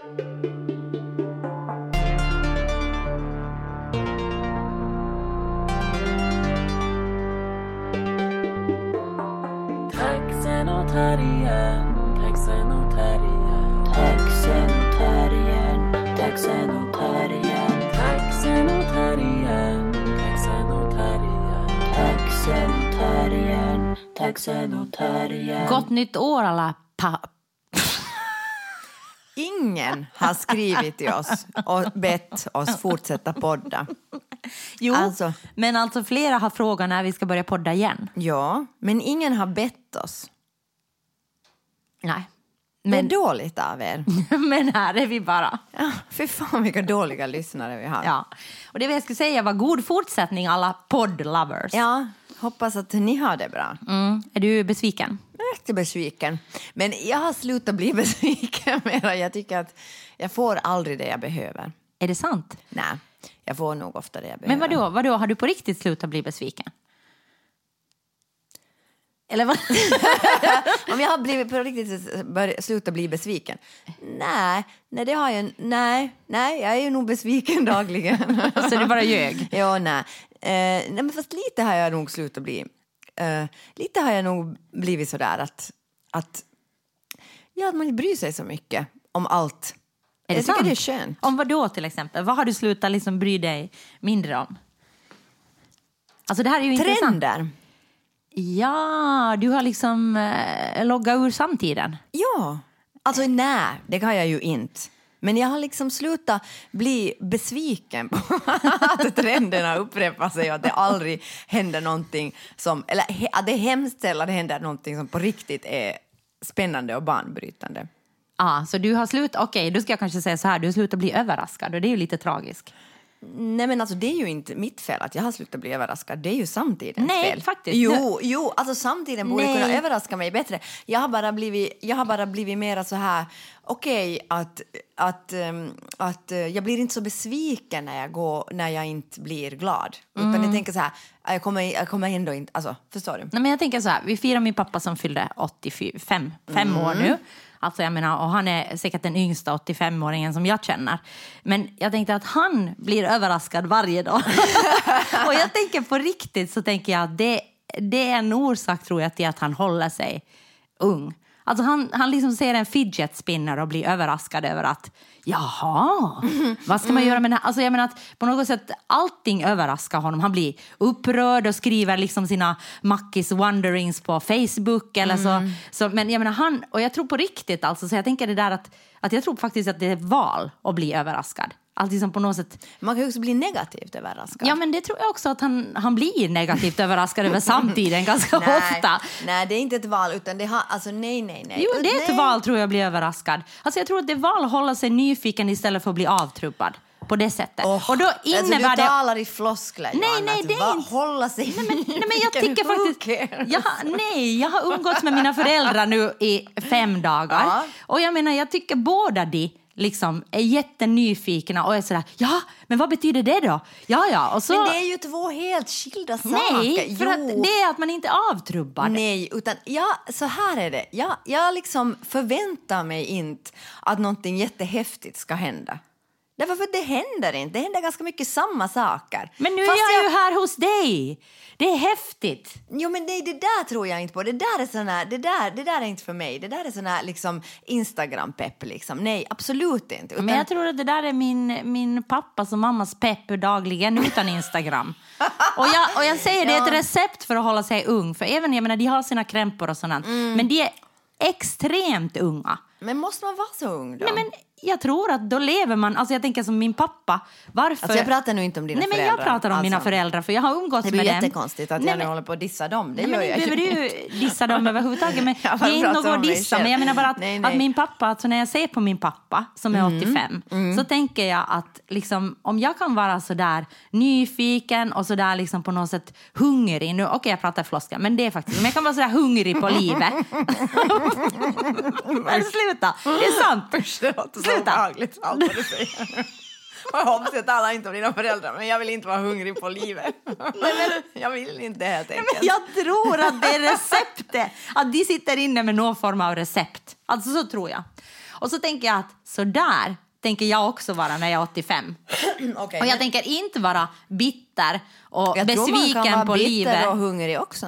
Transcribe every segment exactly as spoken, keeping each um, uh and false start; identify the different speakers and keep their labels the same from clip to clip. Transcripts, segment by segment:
Speaker 1: Taxenotarien, taxenotarien, taxenotarien, taxenotarien, taxenotarien, taxenotarien, taxenotarien, taxenotarien.
Speaker 2: Gott nytt år alla pa...
Speaker 3: Ingen har skrivit till oss och bett oss fortsätta podda.
Speaker 2: Jo,
Speaker 3: alltså,
Speaker 2: men alltså flera har frågat när vi ska börja podda igen.
Speaker 3: Ja, men ingen har bett oss.
Speaker 2: Nej.
Speaker 3: Men...
Speaker 2: Men,
Speaker 3: Det är dåligt av er.
Speaker 2: men här är vi bara.
Speaker 3: Ja, för fan vilka dåliga lyssnare vi har.
Speaker 2: Ja. Och det jag skulle säga var god fortsättning alla podd-lovers.
Speaker 3: Ja, hoppas att ni har det bra.
Speaker 2: Mm. Är du besviken?
Speaker 3: Jag är besviken. Men jag har slutat bli besviken mer. Jag tycker att jag får aldrig det jag behöver.
Speaker 2: Är det sant?
Speaker 3: Nej, jag får nog ofta det jag behöver.
Speaker 2: Men vadå, vadå? Har du på riktigt slutat bli besviken? Eller vad?
Speaker 3: Om jag har blivit på riktigt bör, slutat bli besviken. Nej, nej det har jag. Nej, nej, jag är ju nog besviken dagligen.
Speaker 2: Så det bara ljög?
Speaker 3: Ja, nej. Eh, nej, men fast lite har jag nog slutat bli. Uh, lite har jag nog blivit sådär att, att, ja, att man inte bryr sig så mycket om allt.
Speaker 2: Är det
Speaker 3: jag
Speaker 2: sant?
Speaker 3: tycker det är skönt.
Speaker 2: Om vad då till exempel? Vad har du slutat liksom bry dig mindre om? Alltså det här är ju intressant.
Speaker 3: Trender.
Speaker 2: Ja, du har liksom eh, loggat ur samtiden.
Speaker 3: Ja, alltså nej, det kan jag ju inte. Men jag har liksom slutat bli besviken på att trenderna upprepar sig och att det aldrig händer någonting som, eller att det är hemskt sällan det händer någonting som på riktigt är spännande och banbrytande.
Speaker 2: Ja, så du har slutat, okej, då ska jag kanske säga så här, du har slutat bli överraskad och det är ju lite tragiskt.
Speaker 3: Nej, men alltså det är ju inte mitt fel att jag har slutat bli överraskad. Det är ju samtidens
Speaker 2: Nej,
Speaker 3: fel.
Speaker 2: faktiskt.
Speaker 3: Jo, jo, alltså samtiden borde
Speaker 2: Nej.
Speaker 3: kunna överraska mig bättre. Jag har bara blivit, jag har bara blivit mera så här, okej, okay, att, att, um, att uh, jag blir inte så besviken när jag går, när jag inte blir glad. Mm. Utan jag tänker så här, jag kommer, jag kommer ändå inte, alltså, förstår du?
Speaker 2: Nej, men jag tänker så här, vi firar min pappa som fyllde åttiofem fem
Speaker 3: Mm.
Speaker 2: år nu. Alltså jag menar, och han är säkert den yngsta åttiofem-åringen som jag känner. Men jag tänkte att han blir överraskad varje dag. Och jag tänker på riktigt så tänker jag att det, det är en orsak tror jag till att han håller sig ung. Alltså han, han liksom ser en fidget spinner och blir överraskad över att jaha, mm. vad ska man göra med det här? Alltså jag menar att på något sätt allting överraskar honom. Han blir upprörd och skriver liksom sina Mackis Wonderings på Facebook eller mm. så, så. Men jag menar han, och jag tror på riktigt alltså, så jag tänker det där att, att jag tror faktiskt att det är val att bli överraskad. Allt liksom på något sätt.
Speaker 3: Man kan ju också bli negativt överraskad.
Speaker 2: Ja, men det tror jag också att han, han blir negativt överraskad över samtiden ganska
Speaker 3: nej,
Speaker 2: ofta.
Speaker 3: Nej, det är inte ett val utan det har, alltså nej, nej, nej.
Speaker 2: Jo, det är ett
Speaker 3: nej.
Speaker 2: val tror jag blir överraskad. Alltså jag tror att det är val att hålla sig nyfiken istället för att bli avtrubbad. På det sättet.
Speaker 3: Oh,
Speaker 2: och då innebär
Speaker 3: alltså, du
Speaker 2: det...
Speaker 3: talar i floskler,
Speaker 2: nej,
Speaker 3: Johanna,
Speaker 2: nej, det är
Speaker 3: inte... hålla sig
Speaker 2: nej, men, nej, men jag tycker faktiskt...
Speaker 3: Jag,
Speaker 2: har, nej, jag har umgåtts med mina föräldrar nu i fem dagar.
Speaker 3: Ja.
Speaker 2: Och jag menar, jag tycker båda de liksom är jättenyfikna och är sådär, ja, men vad betyder det då? Ja, ja, och så...
Speaker 3: Men det är ju två helt skilda saker.
Speaker 2: Nej, för
Speaker 3: jo.
Speaker 2: att det är att man inte är avtrubbad.
Speaker 3: Nej, utan ja, så här är det. Jag, jag liksom förväntar mig inte att någonting jättehäftigt ska hända. Därför för det händer inte. Det händer ganska mycket samma saker.
Speaker 2: Men nu
Speaker 3: Fast
Speaker 2: är jag,
Speaker 3: jag
Speaker 2: ju här hos dig. Det är häftigt.
Speaker 3: Jo, men nej, det där tror jag inte på. Det där är såna, det där, det där är inte för mig. Det där är sån här liksom Instagram-pepp liksom. Nej, absolut inte. Utan...
Speaker 2: Men jag tror att det där är min, min pappas och mammas pepp dagligen utan Instagram. och, jag, och jag säger det är ett recept för att hålla sig ung. För även, jag menar, de har sina krämpor och sådant. Mm. Men de är extremt unga.
Speaker 3: Men måste man vara så ung då?
Speaker 2: Nej, men jag tror att då lever man, alltså jag tänker som min pappa, varför...
Speaker 3: Alltså jag pratar nu inte om dina
Speaker 2: Nej,
Speaker 3: föräldrar.
Speaker 2: Nej, men jag pratar om
Speaker 3: alltså,
Speaker 2: mina föräldrar, för jag har umgåtts med dem.
Speaker 3: Det blir jättekonstigt att
Speaker 2: Nej,
Speaker 3: jag nu
Speaker 2: men...
Speaker 3: håller på att dissa dem. Det
Speaker 2: nej,
Speaker 3: gör
Speaker 2: men
Speaker 3: jag
Speaker 2: behöver
Speaker 3: ju.
Speaker 2: du dissa dem överhuvudtaget, men
Speaker 3: jag
Speaker 2: det är inte något att dissa. Men jag menar bara att,
Speaker 3: nej, nej.
Speaker 2: att min pappa, alltså när jag ser på min pappa som är
Speaker 3: mm.
Speaker 2: åttiofem, mm. så tänker jag att liksom, om jag kan vara så där nyfiken och så där liksom på något sätt hungrig, nu, okej okay, jag pratar floska, men det är faktiskt, om jag kan vara så där hungrig på livet. Men sluta, det är sant.
Speaker 3: Det låter så obehagligt, allt vad du säger. Jag hoppas att alla inte om dina föräldrar, men jag vill inte vara hungrig på livet. Nej, men jag vill inte helt enkelt.
Speaker 2: Men jag tror att det är receptet. Att de sitter inne med någon form av recept. Alltså så tror jag. Och så tänker jag att så där tänker jag också vara när jag är åttiofem.
Speaker 3: Okay,
Speaker 2: och jag tänker inte vara bitter och
Speaker 3: jag
Speaker 2: besviken
Speaker 3: tror man kan vara
Speaker 2: på
Speaker 3: bitter
Speaker 2: livet.
Speaker 3: och hungrig också.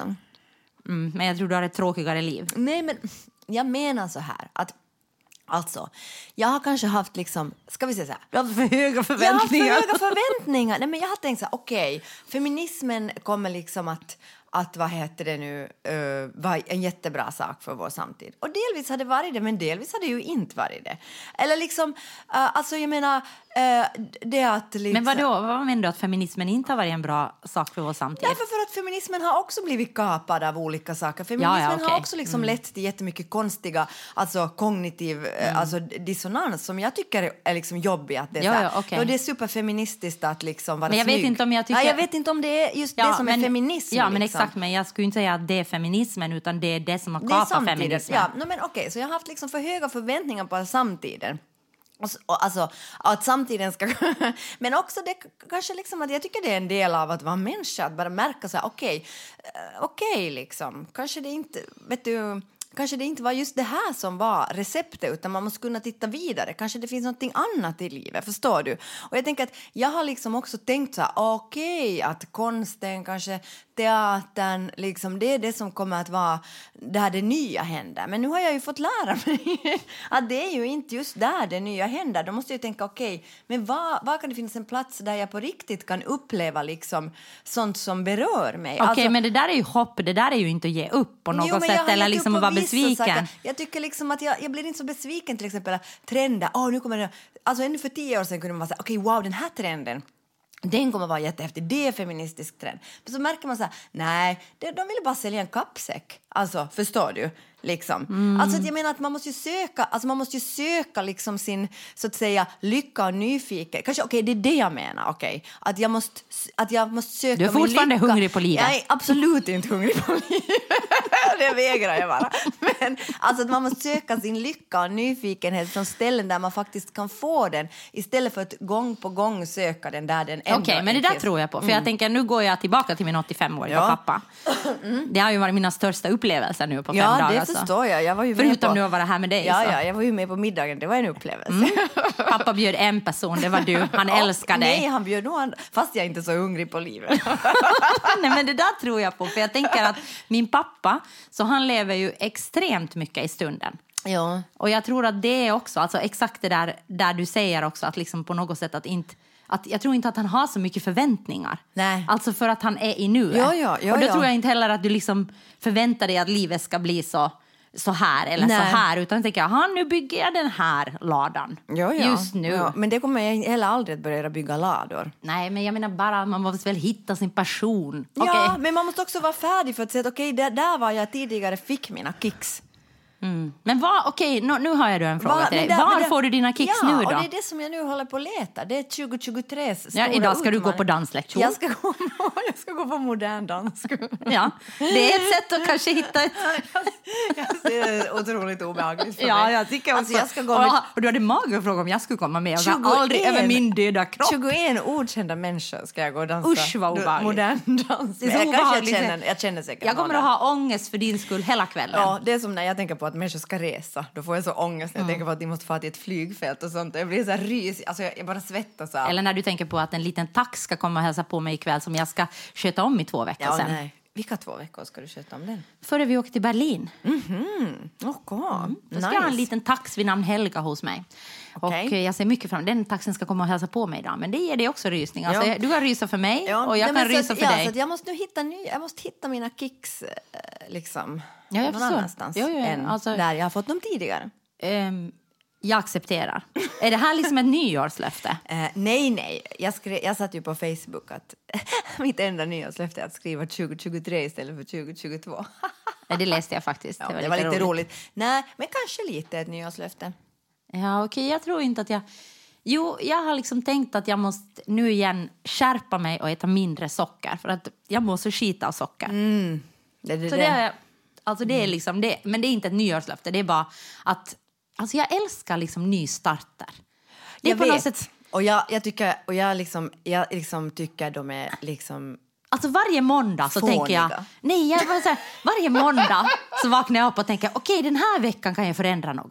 Speaker 2: Mm, men jag tror du har ett tråkigare liv.
Speaker 3: Nej, men jag menar så här att alltså, jag har kanske haft liksom, ska vi säga så här,
Speaker 2: Du har för höga
Speaker 3: jag har
Speaker 2: förväntningar.
Speaker 3: för höga förväntningar. Nej, men jag har tänkt så här, okej, okay, feminismen kommer liksom att att vad heter det nu uh, var en jättebra sak för vår samtid. Och delvis hade det varit det, men delvis hade det ju inte varit det. Eller liksom, uh, alltså jag menar uh, det att liksom...
Speaker 2: Men vadå, vad menar du att feminismen inte har varit en bra sak för vår samtid?
Speaker 3: Därför för att feminismen har också blivit kapad av olika saker. Feminismen
Speaker 2: ja, ja, okay.
Speaker 3: har också liksom
Speaker 2: mm.
Speaker 3: lett till jättemycket konstiga, alltså kognitiv mm. alltså dissonans som jag tycker är liksom jobbig. Att det är
Speaker 2: ja,
Speaker 3: så här,
Speaker 2: ja, okay.
Speaker 3: och det är superfeministiskt att liksom vara
Speaker 2: men jag
Speaker 3: snygg.
Speaker 2: vet inte om jag tycker...
Speaker 3: Nej, jag vet inte om det är just ja, det som
Speaker 2: men,
Speaker 3: är feminism.
Speaker 2: Ja, men
Speaker 3: liksom.
Speaker 2: exakt. Men jag skulle inte säga att det är feminismen utan det är det som har kapat feminismen.
Speaker 3: Ja, no, men okej, okay, så jag har haft liksom för höga förväntningar på samtiden. Och, och, alltså att samtiden ska... men också det kanske liksom att jag tycker det är en del av att vara människa. Att bara märka så här, okej, okay, okej okay, liksom. Kanske det inte, vet du... Kanske det inte var just det här som var receptet utan man måste kunna titta vidare. Kanske det finns någonting annat i livet, förstår du? Och jag tänker att jag har liksom också tänkt så här, okej, okay, att konsten, kanske teatern, liksom det är det som kommer att vara där det nya händer. Men nu har jag ju fått lära mig att det är ju inte just där det nya händer. Då måste jag tänka, okej, okay, men vad, vad kan det finnas en plats där jag på riktigt kan uppleva liksom sånt som berör mig?
Speaker 2: Okej, okay,
Speaker 3: alltså,
Speaker 2: men det där är ju hopp, det där är ju inte att ge upp på något
Speaker 3: jo,
Speaker 2: sätt eller liksom att vara besviken.
Speaker 3: Jag tycker liksom att jag, jag blir inte så besviken till exempel trender. Åh, nu kommer det, alltså ännu för tio år sedan kunde man vara så här, okej, okay, wow, den här trenden, den kommer vara jättehäftig, det är feministisk trend. Men så märker man så här, nej, de, de vill bara sälja en kappsäck. Alltså, förstår du? Liksom. Mm. Alltså att jag menar att man måste ju söka, alltså man måste ju söka liksom sin, så att säga, lycka och nyfiken. Kanske, okej, okay, det är det jag menar, okej. Okay. Att jag måste, att jag måste söka
Speaker 2: min lycka. Du är fortfarande hungrig på livet.
Speaker 3: Jag är absolut inte hungrig på livet. Det vägrar jag bara. Men alltså att man måste söka sin lycka och nyfikenhet från ställen där man faktiskt kan få den istället för att gång på gång söka den där den ändå.
Speaker 2: Okej, okay, men det där finns. Tror jag på. För mm. jag tänker, nu går jag tillbaka till min åttiofem-åriga ja. pappa. Mm. Det har ju varit mina största upplevelser nu på fem
Speaker 3: ja,
Speaker 2: dagar.
Speaker 3: Ja, det förstår jag. jag var ju
Speaker 2: Förutom
Speaker 3: på...
Speaker 2: nu att vara här med dig.
Speaker 3: Ja,
Speaker 2: så.
Speaker 3: ja, jag var ju med på middagen. Det var en upplevelse. Mm.
Speaker 2: Pappa bjöd en person, det var du. Han ja, älskar dig.
Speaker 3: Nej, han bjöd nog andra. Fast jag är inte så hungrig på livet.
Speaker 2: Nej, men det där tror jag på. För jag tänker att min pappa, så han lever ju extremt mycket i stunden.
Speaker 3: Ja.
Speaker 2: Och jag tror att det är också, alltså exakt det där, där du säger också, att liksom på något sätt att inte... Att jag tror inte att han har så mycket förväntningar.
Speaker 3: Nej.
Speaker 2: Alltså för att han är i nuet.
Speaker 3: Ja, ja, ja,
Speaker 2: och då
Speaker 3: ja.
Speaker 2: tror jag inte heller att du liksom förväntar dig att livet ska bli så, så här eller
Speaker 3: Nej.
Speaker 2: så här. Utan tänker jag, nu bygger jag den här ladan.
Speaker 3: Ja, ja.
Speaker 2: Just nu.
Speaker 3: Ja, men det kommer jag heller aldrig att börja bygga lador.
Speaker 2: Nej, men jag menar bara, man måste väl hitta sin passion.
Speaker 3: Ja,
Speaker 2: okay.
Speaker 3: men man måste också vara färdig för att säga att okej, okay, där, där var jag tidigare fick mina kicks.
Speaker 2: Mm. Men vad, okej, okay, nu har jag då en fråga Va, till dig.
Speaker 3: Där,
Speaker 2: Var
Speaker 3: där,
Speaker 2: får du dina kicks
Speaker 3: ja,
Speaker 2: nu då?
Speaker 3: Ja, och det är det som jag nu håller på att leta. Det är tjugo tjugotre stora
Speaker 2: ja, idag ska
Speaker 3: utmaning.
Speaker 2: du gå på danslektion.
Speaker 3: Jag ska gå, jag ska gå på modern dans.
Speaker 2: Ja, det är ett sätt att kanske hitta ett...
Speaker 3: Det är otroligt obehagligt för
Speaker 2: ja,
Speaker 3: mig.
Speaker 2: jag tycker också.
Speaker 3: Alltså, jag ska gå med...
Speaker 2: och, och du hade mage att fråga om jag skulle komma med. Jag kan aldrig över min döda kropp.
Speaker 3: tjugoen okända människor ska jag gå och dansa.
Speaker 2: Usch, vad obehagligt.
Speaker 3: Modern dans.
Speaker 2: Det är så
Speaker 3: jag,
Speaker 2: obehagligt.
Speaker 3: Jag, känner, jag känner säkert.
Speaker 2: Jag kommer att ha ångest för din skull hela kvällen.
Speaker 3: Ja, det är som när jag tänker på att människor ska resa. Då får jag så ångest när jag mm. tänker på att de måste få till ett flygfält och sånt. Jag blir så här rys. Alltså jag, jag bara svettas av.
Speaker 2: Eller när du tänker på att en liten tax ska komma och hälsa på mig ikväll som jag ska sköta om i två veckor
Speaker 3: ja,
Speaker 2: sen.
Speaker 3: Nej. Vilka två veckor ska du sköta om den?
Speaker 2: Före vi åker till Berlin.
Speaker 3: Mhm. Okay. Mm.
Speaker 2: Då ska nice. jag ha en liten tax vid namn Helga hos mig. Okay. Och jag ser mycket fram. Den taxen ska komma och hälsa på mig idag. Men det ger det också rysning. Alltså, ja. Du kan rysa för mig ja. och jag Nej, kan rysa
Speaker 3: att,
Speaker 2: för
Speaker 3: ja,
Speaker 2: dig.
Speaker 3: Så att jag måste nu hitta ny, jag måste hitta mina kicks liksom.
Speaker 2: Ja, jag
Speaker 3: någon
Speaker 2: förstår.
Speaker 3: annanstans
Speaker 2: jo, jo,
Speaker 3: än
Speaker 2: alltså,
Speaker 3: där jag har fått dem tidigare.
Speaker 2: Um, jag accepterar. Är det här liksom ett nyårslöfte?
Speaker 3: Uh, nej, nej. Jag, skrev, jag satt ju på Facebook att mitt enda nyårslöfte är att skriva tjugo tjugotre istället för tjugo tjugotvå.
Speaker 2: Nej, det läste jag faktiskt.
Speaker 3: Ja,
Speaker 2: det var,
Speaker 3: det
Speaker 2: lite,
Speaker 3: var lite roligt.
Speaker 2: roligt.
Speaker 3: Nej, men kanske lite ett nyårslöfte.
Speaker 2: Ja, okej. Okay. Jag tror inte att jag... Jo, jag har liksom tänkt att jag måste nu igen skärpa mig och äta mindre socker. För att jag måste skita av socker.
Speaker 3: Mm. Det, det,
Speaker 2: Så
Speaker 3: det.
Speaker 2: det är, alltså det är liksom... Det, men det är inte ett nyårslöfte. Det är bara att... Alltså jag älskar liksom nystarter. Det är
Speaker 3: jag
Speaker 2: på
Speaker 3: vet.
Speaker 2: något sätt...
Speaker 3: Och jag, jag tycker, och jag liksom, jag liksom tycker de är liksom...
Speaker 2: Alltså varje måndag så
Speaker 3: fåniga.
Speaker 2: tänker jag... Nej, jag bara så här, varje måndag så vaknar jag upp och tänker okej, okay, den här veckan kan jag förändra något.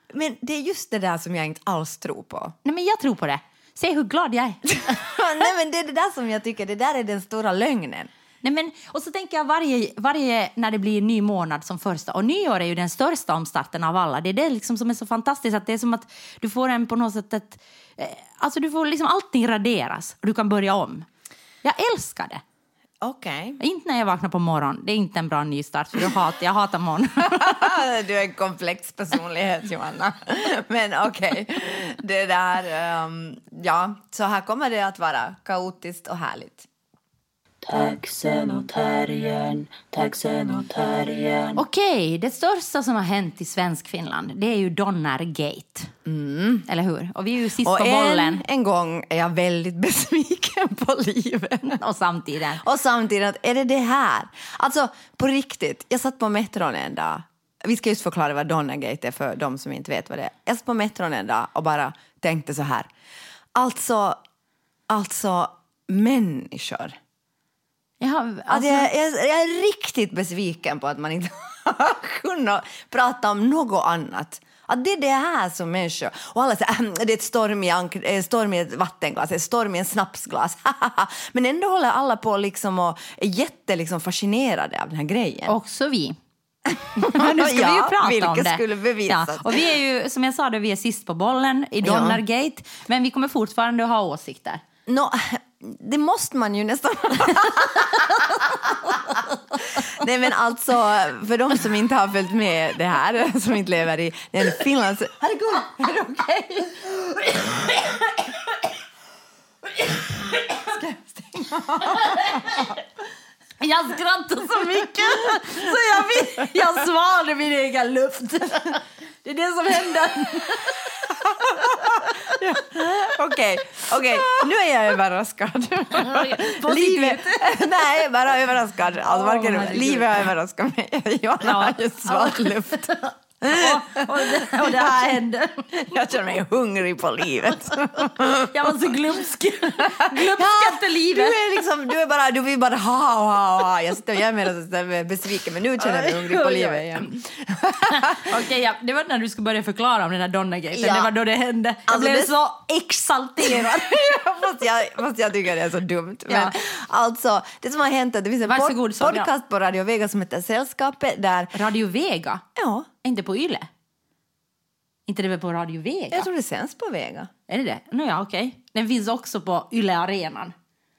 Speaker 3: Men det är just det där som jag inte alls tror på.
Speaker 2: Nej, men jag tror på det. Se hur glad jag är.
Speaker 3: Nej, men det är det där som jag tycker, det där är den stora lögnen.
Speaker 2: Nej, men, och så tänker jag varje, varje när det blir ny månad som första. Och nyår är ju den största omstarten av alla. Det är det liksom som är så fantastiskt. Att det är som att du får en på något sätt ett, eh, alltså du får liksom allting raderas. Och du kan börja om. Jag älskar det.
Speaker 3: Okej. Okay.
Speaker 2: Inte när jag vaknar på morgonen. Det är inte en bra nystart. För jag hatar, jag hatar morgon.
Speaker 3: Du är en komplex personlighet, Johanna. Men okej. Okay. Det där, um, ja. Så här kommer det att vara kaotiskt och härligt.
Speaker 1: Taxen och terriern, taxen och terriern.
Speaker 2: Okej, det största som har hänt i svensk Finland, det är ju Donnergate. Mm. Eller hur? Och vi är ju sist
Speaker 3: och
Speaker 2: på
Speaker 3: en,
Speaker 2: bollen.
Speaker 3: en gång är jag väldigt besviken på livet.
Speaker 2: Och samtidigt.
Speaker 3: Och samtidigt, är det det här? Alltså, på riktigt, jag satt på metron en dag. Vi ska just förklara vad Donnergate är för de som inte vet vad det är. Jag satt på metron en dag och bara tänkte så här. Alltså, alltså människor.
Speaker 2: Ja, alltså...
Speaker 3: alltså, jag, jag, jag är riktigt besviken på att man inte har kunnat prata om något annat. Att det är det här som människor. Och alla säger äh, det är ett storm i, ank- storm i ett vattenglas, ett storm i en snapsglas. Men ändå håller alla på liksom och är jätte liksom fascinerade av den här grejen.
Speaker 2: Också vi. Nu ska
Speaker 3: ja,
Speaker 2: vi ju prata
Speaker 3: vilka
Speaker 2: om det.
Speaker 3: skulle bevisas.
Speaker 2: Ja, och vi är ju, som jag sa, det, vi är sist på bollen i Donnergate. Ja. Men vi kommer fortfarande ha åsikter.
Speaker 3: No, det måste man ju nästan. Nej, men alltså, för de som inte har följt med det här, som inte lever i den Finlands... Herregud, är det okej? Ska jag stänga?
Speaker 2: Jag skrattar så mycket så jag, vill, jag svalde min egen luft. Det är det som händer.
Speaker 3: Ja. Okej, okej. Nu är jag överraskad.
Speaker 2: Livet.
Speaker 3: Nej, bara överraskad. Alltså, varken
Speaker 2: oh,
Speaker 3: livet har överraskat mig. Jag har just svalt luft.
Speaker 2: och, och, det, och det här hände.
Speaker 3: Jag känner mig hungrig på livet.
Speaker 2: Jag var så glömsk. Glömsk efter livet.
Speaker 3: Du är liksom, du är bara, du vill bara ha, ha, ha. Jag sitter och gör mig besviken, men nu känner jag mig hungrig på livet igen.
Speaker 2: Okej, okay, ja, det var när du skulle börja förklara om den här Donnergate.
Speaker 3: Ja.
Speaker 2: Det var då det hände. Jag
Speaker 3: alltså,
Speaker 2: blev
Speaker 3: det...
Speaker 2: så exalterad.
Speaker 3: fast, jag, fast jag tycker det är så dumt. Men
Speaker 2: ja.
Speaker 3: Alltså, det som har hänt är att det finns en
Speaker 2: Varsågod,
Speaker 3: pod- podcast på Radio Vega som heter Sällskapet. Där...
Speaker 2: Radio Vega?
Speaker 3: Ja.
Speaker 2: Inte på Yle? Inte det väl på Radio Vega?
Speaker 3: Jag tror det sänds på Vega.
Speaker 2: Är det det? No, ja, okej. Okay. Den finns också på Yle Arenan.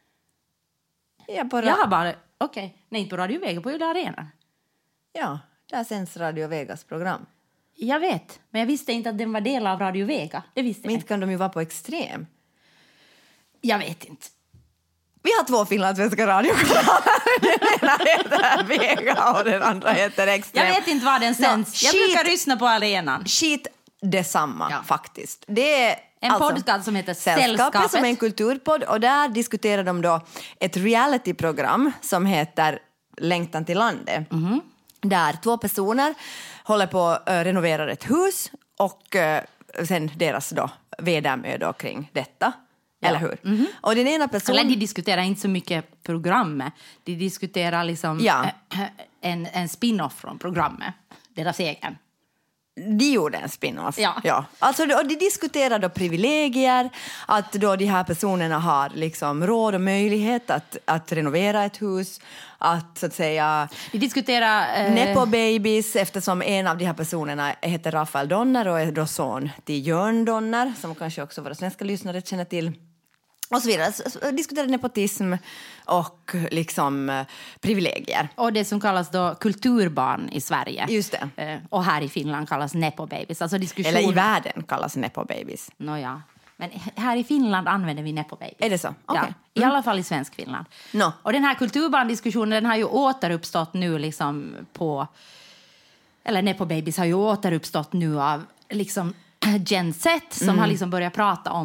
Speaker 3: Ja, på ra-
Speaker 2: jag har bara... Okej. Okay. Nej, inte på Radio Vega, på Yle Arenan.
Speaker 3: Ja, där sänds Radio Vegas program.
Speaker 2: Jag vet, men jag visste inte att den var del av Radio Vega. Det visste
Speaker 3: men
Speaker 2: jag
Speaker 3: inte kan de ju vara på Extrem.
Speaker 2: Jag vet inte.
Speaker 3: Vi har två finlandssvenska radiokanaler. Den ena heter Vega och den andra heter Extrem.
Speaker 2: Jag vet inte vad den sänds. No, jag
Speaker 3: shit,
Speaker 2: brukar lyssna på Arenan.
Speaker 3: Shit detsamma, ja. Faktiskt. Det är
Speaker 2: en
Speaker 3: alltså,
Speaker 2: podcast som heter
Speaker 3: Sällskapet.
Speaker 2: Sällskapet.
Speaker 3: Som är en kulturpodd. Och där diskuterar de då ett realityprogram som heter Längtan till landet. Mm-hmm. Där två personer håller på att uh, renovera ett hus. Och uh, sen deras då vedermödor kring detta. Ja. Eller hur? Mm-hmm. Och den ena personen...
Speaker 2: Eller de diskuterar inte så mycket programmet. De diskuterar liksom
Speaker 3: ja.
Speaker 2: en, en spin-off från programmet. Deras egen.
Speaker 3: De gjorde en spin-off.
Speaker 2: Ja.
Speaker 3: Ja. Alltså, och de diskuterar då privilegier. Att då de här personerna har liksom råd och möjlighet att, att renovera ett hus. Att så att säga...
Speaker 2: De diskuterar... Eh...
Speaker 3: Nepo babies, eftersom en av de här personerna heter Rafael Donner och är då son till Jörn Donner. Som kanske också våra svenska lyssnare känner till. Och så vidare. Så diskuterar nepotism och liksom eh, privilegier.
Speaker 2: Och det som kallas då kulturbarn i Sverige.
Speaker 3: Just det.
Speaker 2: Eh, och här i Finland kallas nepo babies. Alltså diskussion...
Speaker 3: Eller i världen kallas nepo babies.
Speaker 2: Nåja. Men här i Finland använder vi nepo babies.
Speaker 3: Är det så? Okay.
Speaker 2: Ja, i mm. alla fall i svensk Finland.
Speaker 3: No.
Speaker 2: Och den här kulturbarndiskussionen den har ju återuppstått nu liksom på... Eller nepo babies har ju återuppstått nu av liksom Gen Z som mm. har liksom börjat prata om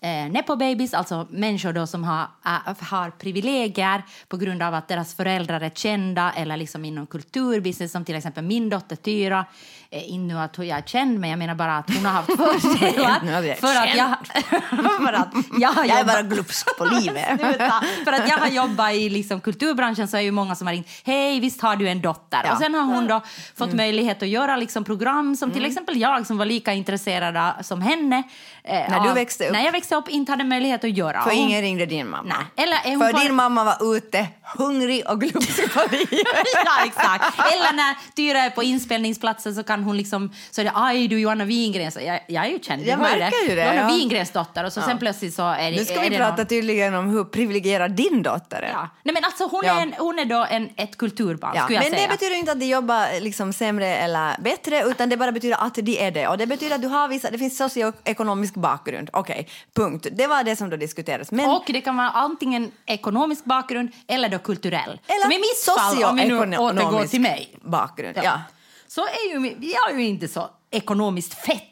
Speaker 2: eh, nepo babies, alltså människor då som har, äh, har privilegier på grund av att deras föräldrar är kända eller liksom inom kulturbusiness, som till exempel min dotter Tyra. Eh, inte nu att jag är känd, men jag menar bara att hon har haft fördelar. för, att jag, för att jag har
Speaker 3: Jag är
Speaker 2: jobbat,
Speaker 3: bara glupsk på livet.
Speaker 2: för att jag har jobbat i liksom kulturbranschen, så är ju många som har ringt, hej, visst har du en dotter?
Speaker 3: Ja.
Speaker 2: Och sen har hon då fått mm. möjlighet att göra liksom program som mm. till exempel jag, som var lika intresserad som henne. Eh,
Speaker 3: när du
Speaker 2: av,
Speaker 3: växte upp?
Speaker 2: När jag växte upp inte hade möjlighet att göra.
Speaker 3: För
Speaker 2: hon,
Speaker 3: ingen ringde din mamma?
Speaker 2: Nej. Eller är hon
Speaker 3: för
Speaker 2: bara,
Speaker 3: din mamma var ute, hungrig och glupsk på livet.
Speaker 2: ja, exakt. Eller när Tyra är på inspelningsplatsen så kan hon liksom, så är det, aj du Johanna Wingren, så jag, jag är ju känd.
Speaker 3: Jag märker det. ju det.
Speaker 2: Johanna
Speaker 3: ja.
Speaker 2: Wingrens dotter, och så ja. sen plötsligt så är det.
Speaker 3: Nu ska
Speaker 2: är
Speaker 3: vi
Speaker 2: det
Speaker 3: prata
Speaker 2: någon...
Speaker 3: tydligen om hur privilegierad din dotter är.
Speaker 2: Ja. Nej, men alltså hon,
Speaker 3: Ja.
Speaker 2: är, en, hon är då en, ett kulturbarn,
Speaker 3: Ja.
Speaker 2: skulle jag
Speaker 3: Men
Speaker 2: säga.
Speaker 3: det betyder inte att de jobbar liksom sämre eller bättre, utan det bara betyder att de är det. Och det betyder att du har vissa, det finns socioekonomisk bakgrund. Okej, okay, punkt. Det var det som då diskuterades. Men...
Speaker 2: Och det kan vara antingen ekonomisk bakgrund eller då kulturell.
Speaker 3: Eller
Speaker 2: som i mitt fall, om vi nu återgår till mig.
Speaker 3: Bakgrund, ja.
Speaker 2: ja. Så är ju, jag är ju inte så ekonomiskt fett.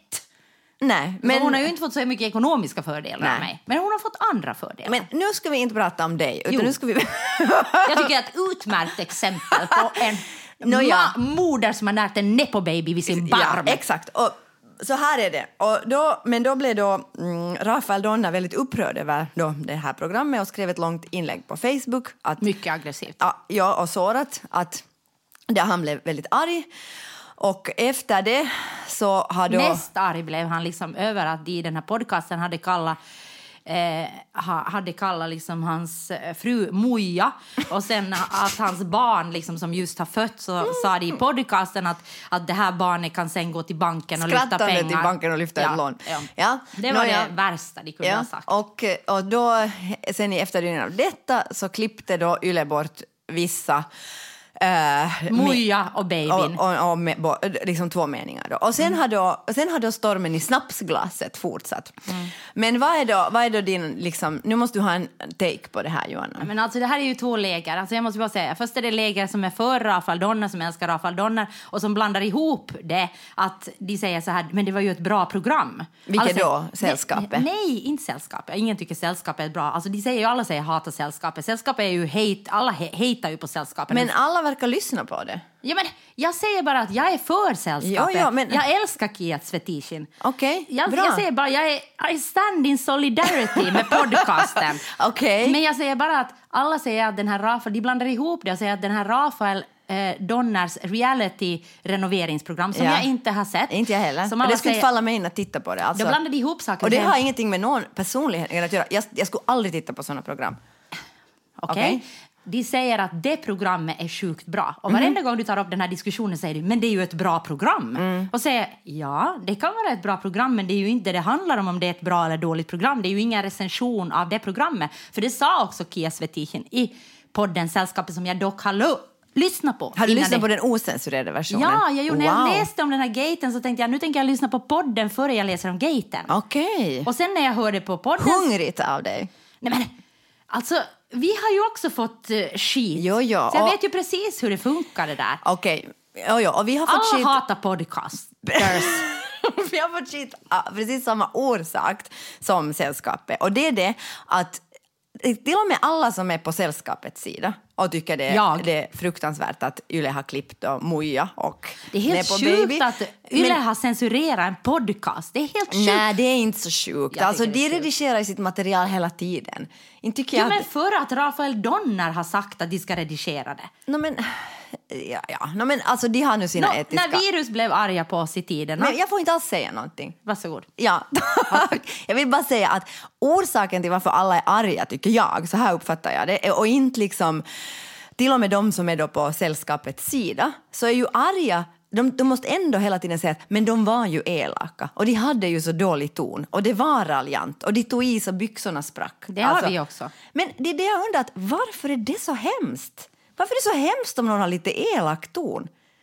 Speaker 3: Nej, men...
Speaker 2: hon har ju inte fått så mycket ekonomiska fördelar
Speaker 3: Nej.
Speaker 2: av mig. Men hon har fått andra fördelar.
Speaker 3: Men nu ska vi inte prata om dig, utan
Speaker 2: Jo.
Speaker 3: nu ska vi...
Speaker 2: Jag tycker att ett utmärkt exempel på en
Speaker 3: no, ja.
Speaker 2: ma- moder som har närt en nepo baby vid sin barm.
Speaker 3: Ja, exakt. Och så här är det. Och då, men då blev då mm, Rafael Donner väldigt upprörd över då det här programmet och skrev ett långt inlägg på Facebook. Att,
Speaker 2: Mycket aggressivt.
Speaker 3: Ja, ja, och sårat. Att där han blev väldigt arg. Och efter det så har då...
Speaker 2: Mest arg blev han liksom över att de i den här podcasten hade kallat eh, hade kallat liksom hans fru Moja, och sen att hans barn liksom, som just har fötts, så sa de i podcasten att, att det här barnet kan sen gå till banken och lyfta pengar.
Speaker 3: Skrattande till banken och lyfta
Speaker 2: ja,
Speaker 3: ett lån.
Speaker 2: Ja.
Speaker 3: Ja.
Speaker 2: Det var
Speaker 3: Nå, ja.
Speaker 2: det värsta de kunde
Speaker 3: ja.
Speaker 2: ha sagt.
Speaker 3: Och, och då, sen i efterdyningen av detta så klippte då Yle bort vissa Uh,
Speaker 2: Moja och babyn.
Speaker 3: Och, och, och med, bo, liksom två meningar då. Och sen, mm. har då, sen har då stormen i snapsglaset fortsatt. Mm. Men vad är då, vad är då din, liksom, nu måste du ha en take på det här, Johanna.
Speaker 2: Men alltså det här är ju två läger. Alltså jag måste bara säga, först är det läger som är för Rafael Donner, som älskar Rafael Donner, och som blandar ihop det, att de säger så här, men det var ju ett bra program.
Speaker 3: Vilket
Speaker 2: alltså,
Speaker 3: då? Sällskapet?
Speaker 2: Nej, nej, inte Sällskapet. Ingen tycker Sällskapet är bra. Alltså de säger ju, alla säger hata Sällskapet. Sällskapet är ju hate, alla hatar ju på Sällskapet.
Speaker 3: Men alla verkar lyssna på det.
Speaker 2: Ja, men jag säger bara att jag är för Sällskapet.
Speaker 3: Ja, ja, men...
Speaker 2: Jag älskar Kiat Svetishin.
Speaker 3: Okej, okay,
Speaker 2: jag,
Speaker 3: bra.
Speaker 2: jag säger bara, jag är I stand in solidarity med podcasten.
Speaker 3: Okej. Okay.
Speaker 2: Men jag säger bara att alla säger att den här Rafael, de blandar ihop det och säger att den här Rafael eh, Donners reality-renoveringsprogram som ja. jag inte har sett.
Speaker 3: Inte jag heller.
Speaker 2: Som
Speaker 3: det skulle
Speaker 2: säger,
Speaker 3: inte falla mig in att titta på det. Alltså.
Speaker 2: Då blandade ihop saker.
Speaker 3: Och det har ingenting med någon personlighet att göra. Jag, jag skulle aldrig titta på sådana program.
Speaker 2: Okej. Okay. Okay. De säger att det programmet är sjukt bra. Och varenda mm. gång du tar upp den här diskussionen säger du, men det är ju ett bra program. Mm. Och säger, ja, det kan vara ett bra program, men det är ju inte det det handlar om, om det är ett bra eller dåligt program. Det är ju ingen recension av det programmet. För det sa också Kia Svetishin i podden Sällskapet, som jag dock har lo- lyssnat på.
Speaker 3: Har du lyssnat
Speaker 2: det...
Speaker 3: på den ocensurerade versionen?
Speaker 2: Ja, jag gjorde,
Speaker 3: wow.
Speaker 2: när jag läste om den här gaten så tänkte jag, nu tänker jag lyssna på podden före jag läser om gaten.
Speaker 3: Okej. Okay.
Speaker 2: Och sen när jag hörde på podden...
Speaker 3: Hungrigt av dig.
Speaker 2: Nej, men alltså... Vi har ju också fått uh, skit.
Speaker 3: Jo, jo.
Speaker 2: Så jag
Speaker 3: och...
Speaker 2: vet ju precis hur det funkar det där.
Speaker 3: Okej. Okay. Jo, jo. Och vi har fått
Speaker 2: alla
Speaker 3: skit...
Speaker 2: hatar podcasters.
Speaker 3: Vi har fått skit av precis samma orsak som Sällskapet. Och det är det att till och med alla som är på Sällskapets sida och tycker det, det är fruktansvärt att Yle har klippt och Moja och
Speaker 2: det är helt
Speaker 3: Nepo
Speaker 2: sjukt
Speaker 3: Baby.
Speaker 2: att Yle
Speaker 3: Men,
Speaker 2: har censurerat en podcast. Det är helt sjukt.
Speaker 3: Nej, det är inte så sjukt.
Speaker 2: Jag
Speaker 3: alltså, de
Speaker 2: sjukt.
Speaker 3: redigerar sitt material hela tiden. Inte tycker jag
Speaker 2: jo, men
Speaker 3: att...
Speaker 2: för att Rafael Donner har sagt att de ska redigera det.
Speaker 3: No, men... Ja, ja. No, men alltså, de har nu sina
Speaker 2: no,
Speaker 3: etiska...
Speaker 2: När virus blev arga på oss i tiden.
Speaker 3: Men jag får inte alls säga någonting.
Speaker 2: Varsågod.
Speaker 3: Ja, jag vill bara säga att orsaken till varför alla är arga, tycker jag, så här uppfattar jag det, och inte liksom, till och med de som är då på Sällskapets sida, så är ju arga, de, de måste ändå hela tiden säga att men de var ju elaka, och de hade ju så dålig ton, och det var raljant, och de tog i så byxorna sprack.
Speaker 2: Det har alltså, vi också.
Speaker 3: Men det är det jag undrar, varför är det så hemskt? Varför är det så hemskt om någon har lite elak ton?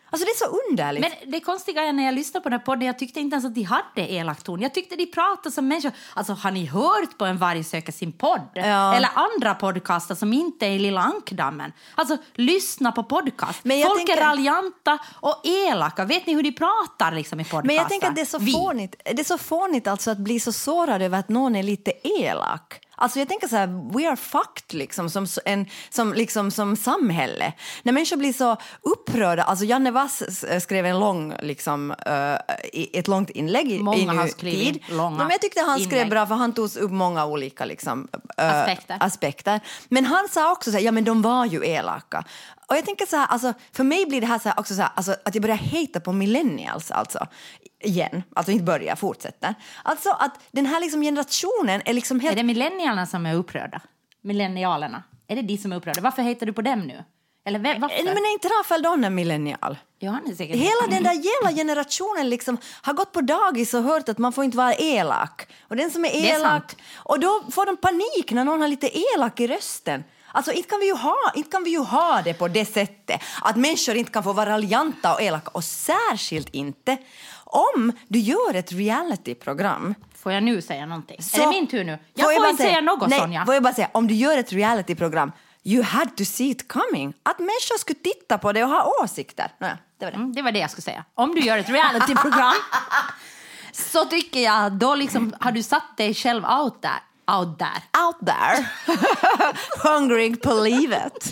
Speaker 3: Alltså det är så underligt.
Speaker 2: Men det konstiga är när jag lyssnade på den här podden, jag tyckte inte ens att de hade elak ton. Jag tyckte de pratade som människor. Alltså har ni hört på En varg söker sin podd?
Speaker 3: Ja.
Speaker 2: Eller andra podcaster som inte är i Lilla Ankdammen. Alltså lyssna på podcast.
Speaker 3: Men jag
Speaker 2: Folk
Speaker 3: tänker...
Speaker 2: är raljanta och elaka. Vet ni hur de pratar liksom i podcaster?
Speaker 3: Men jag tänker att det är så
Speaker 2: Vi.
Speaker 3: fånigt. Det är så fånigt alltså att bli så sårad över att någon är lite elak. Alltså jag tänker så här, we are fucked liksom som, en, som, liksom, som samhälle. När människor blir så upprörda, alltså Janne Wass skrev en lång, liksom, uh, ett långt inlägg i,
Speaker 2: många
Speaker 3: i nu
Speaker 2: har skrivit
Speaker 3: tid.
Speaker 2: långa
Speaker 3: Men jag tyckte han skrev
Speaker 2: inlägg.
Speaker 3: bra för han tog upp många olika liksom, uh,
Speaker 2: aspekter.
Speaker 3: aspekter. Men han sa också så här, ja men de var ju elaka. Och jag tänker så här, alltså, för mig blir det här, så här också så här, alltså, att jag börjar hata på millennials alltså. Igen, alltså inte börja, fortsätter. Alltså att den här liksom generationen är liksom helt...
Speaker 2: Är det millennialerna som är upprörda? Millennialerna? Är det de som är upprörda? Varför hatar du på dem nu? Eller v- varför?
Speaker 3: Men är inte Rafael Donner en millennial?
Speaker 2: Ja, han är säkert...
Speaker 3: Hela den där jävla generationen liksom har gått på dagis och hört att man får inte vara elak. Och den som är
Speaker 2: är
Speaker 3: elak...
Speaker 2: sant.
Speaker 3: Och då får de panik när någon har lite elak i rösten. Alltså inte kan vi ju ha, inte kan vi ju ha det på det sättet att människor inte kan få vara raljanta och elaka. Och särskilt inte om du gör ett realityprogram.
Speaker 2: Får jag nu säga någonting?
Speaker 3: Så,
Speaker 2: är det min tur nu? Jag får,
Speaker 3: jag bara
Speaker 2: inte säga något,
Speaker 3: nej,
Speaker 2: Sonja.
Speaker 3: Får jag bara säga, om du gör ett realityprogram, you had to see it coming. Att människor skulle titta på det och ha åsikter. Naja, det var det.
Speaker 2: Mm, det var det jag skulle säga. Om du gör ett realityprogram så tycker jag, då liksom, har du satt dig själv out där. Out there.
Speaker 3: Out there. Hungry believe it.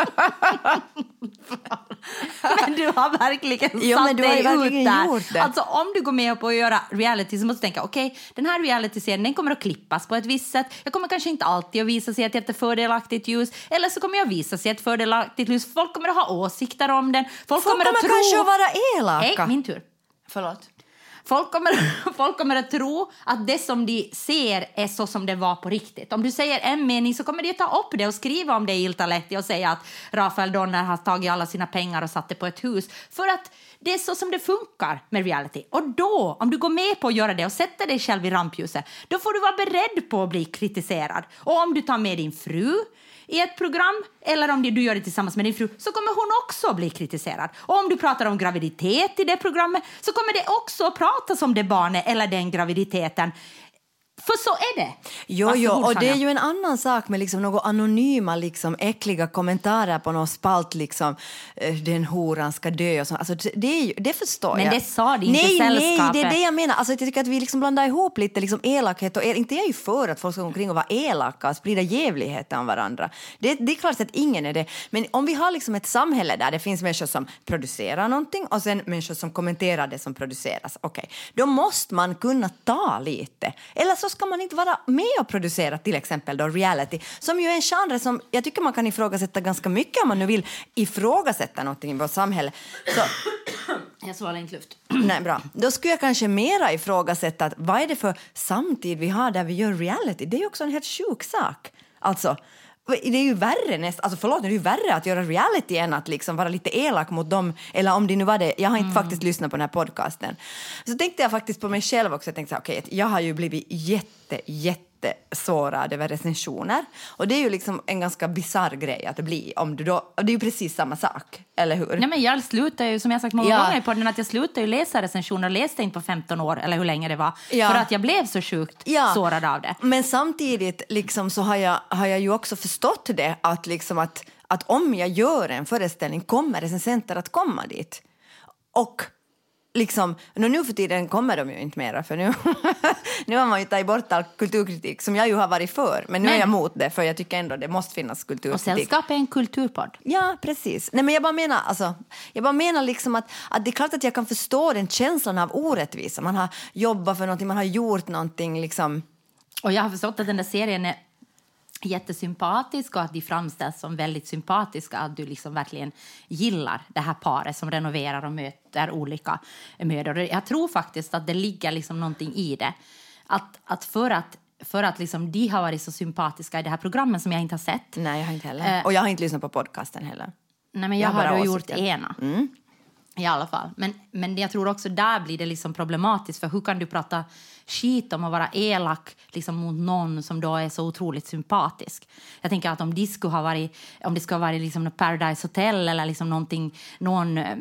Speaker 2: Men du har verkligen
Speaker 3: Jo,
Speaker 2: satt
Speaker 3: men du har
Speaker 2: dig
Speaker 3: ju verkligen
Speaker 2: ut där.
Speaker 3: gjort det.
Speaker 2: Alltså om du går med på att göra reality så måste du tänka, okej, okay, den här reality-serien den kommer att klippas på ett visst sätt. Jag kommer kanske inte alltid att visa sig ett jättefördelaktigt ljus. Eller så kommer jag visa sig ett fördelaktigt ljus. Folk kommer att ha åsikter om den. Folk,
Speaker 3: Folk
Speaker 2: kommer,
Speaker 3: kommer
Speaker 2: att tro...
Speaker 3: kanske att vara elaka.
Speaker 2: Nej, min tur.
Speaker 3: Förlåt.
Speaker 2: Folk kommer, folk kommer att tro att det som de ser är så som det var på riktigt. Om du säger en mening så kommer de att ta upp det och skriva om det i Iltalehti och säga att Rafael Donner har tagit alla sina pengar och satt det på ett hus. För att det är så som det funkar med reality. Och då, om du går med på att göra det och sätter dig själv i rampljuset, då får du vara beredd på att bli kritiserad. Och om du tar med din fru i ett program, eller om du gör det tillsammans med din fru, så kommer hon också bli kritiserad. Och om du pratar om graviditet i det programmet så kommer det också pratas om det barnet eller den graviditeten. För så är det.
Speaker 3: Jo, jo, och det är ju en annan sak med liksom några anonyma, liksom, äckliga kommentarer på någon spalt, liksom, den horan ska dö och så. Alltså, det, är ju, det förstår
Speaker 2: Men
Speaker 3: jag.
Speaker 2: det sa det inte
Speaker 3: nej,
Speaker 2: sällskapet.
Speaker 3: Nej, det är det jag menar. Alltså, jag tycker att vi liksom blandar ihop lite liksom, elakhet och el. Inte jag är ju för att folk ska gå omkring och vara elaka och sprida jävligheter om varandra. Det, det är klart att ingen är det. Men om vi har liksom ett samhälle där det finns människor som producerar någonting och sen människor som kommenterar det som produceras. Okej, okay. Då måste man kunna ta lite. Eller så ska man inte vara med och producera till exempel då reality, som ju är en genre som jag tycker man kan ifrågasätta ganska mycket om man nu vill ifrågasätta någonting i vårt samhälle. Så,
Speaker 2: jag svalde inte luft.
Speaker 3: nej, bra. Då skulle jag kanske mera ifrågasätta att vad är det för samtid vi har där vi gör reality? Det är ju också en helt sjuk sak. Alltså, det är ju värre näst, alltså förlåt, det är ju värre att göra reality än att liksom vara lite elak mot dem, eller om det nu var det, jag har inte mm. faktiskt lyssnat på den här podcasten. Så tänkte jag faktiskt på mig själv också, jag tänkte så okej, okay, jag har ju blivit jätte, jätte sårad över recensioner. Och det är ju liksom en ganska bizarr grej att det blir, om du då, det är ju precis samma sak, eller hur?
Speaker 2: Nej, men jag slutar ju, som jag sagt många
Speaker 3: ja.
Speaker 2: gånger på den, att jag slutar ju läsa recensioner och läste inte på femton år, eller hur länge det var,
Speaker 3: ja.
Speaker 2: för att jag blev så sjukt ja. sårad av det.
Speaker 3: Men samtidigt liksom, så har jag, har jag ju också förstått det, att, liksom att, att om jag gör en föreställning kommer recensenter att komma dit. Och liksom, nu för tiden kommer de ju inte mera, för nu, nu har man ju tagit bort all kulturkritik som jag ju har varit för, men nu men, är jag mot det, för jag tycker ändå det måste finnas kulturkritik.
Speaker 2: Och sällskap är en kulturpodd.
Speaker 3: Ja, precis. Nej, men jag bara menar, alltså, jag bara menar liksom att, att det är klart att jag kan förstå den känslan av orättvisa. Man har jobbat för någonting, man har gjort någonting liksom.
Speaker 2: Och jag har förstått att den där serien är jättesympatisk och att de framställs som väldigt sympatiska, att du liksom verkligen gillar det här paret som renoverar och möter olika mödor. Jag tror faktiskt att det ligger liksom någonting i det. Att, att för att för att liksom de har varit så sympatiska i det här programmet som jag inte har sett.
Speaker 3: Nej, jag har inte heller. Uh, och jag har inte lyssnat på podcasten heller.
Speaker 2: Nej, men jag, jag har, har då gjort
Speaker 3: åsikter.
Speaker 2: ena.
Speaker 3: Mm.
Speaker 2: I alla fall. Men, men jag tror också där blir det liksom problematiskt. För hur kan du prata skit om att vara elak liksom mot någon som då är så otroligt sympatisk? Jag tänker att om det skulle ha varit, om det skulle ha varit liksom Paradise Hotel eller liksom någonting, någon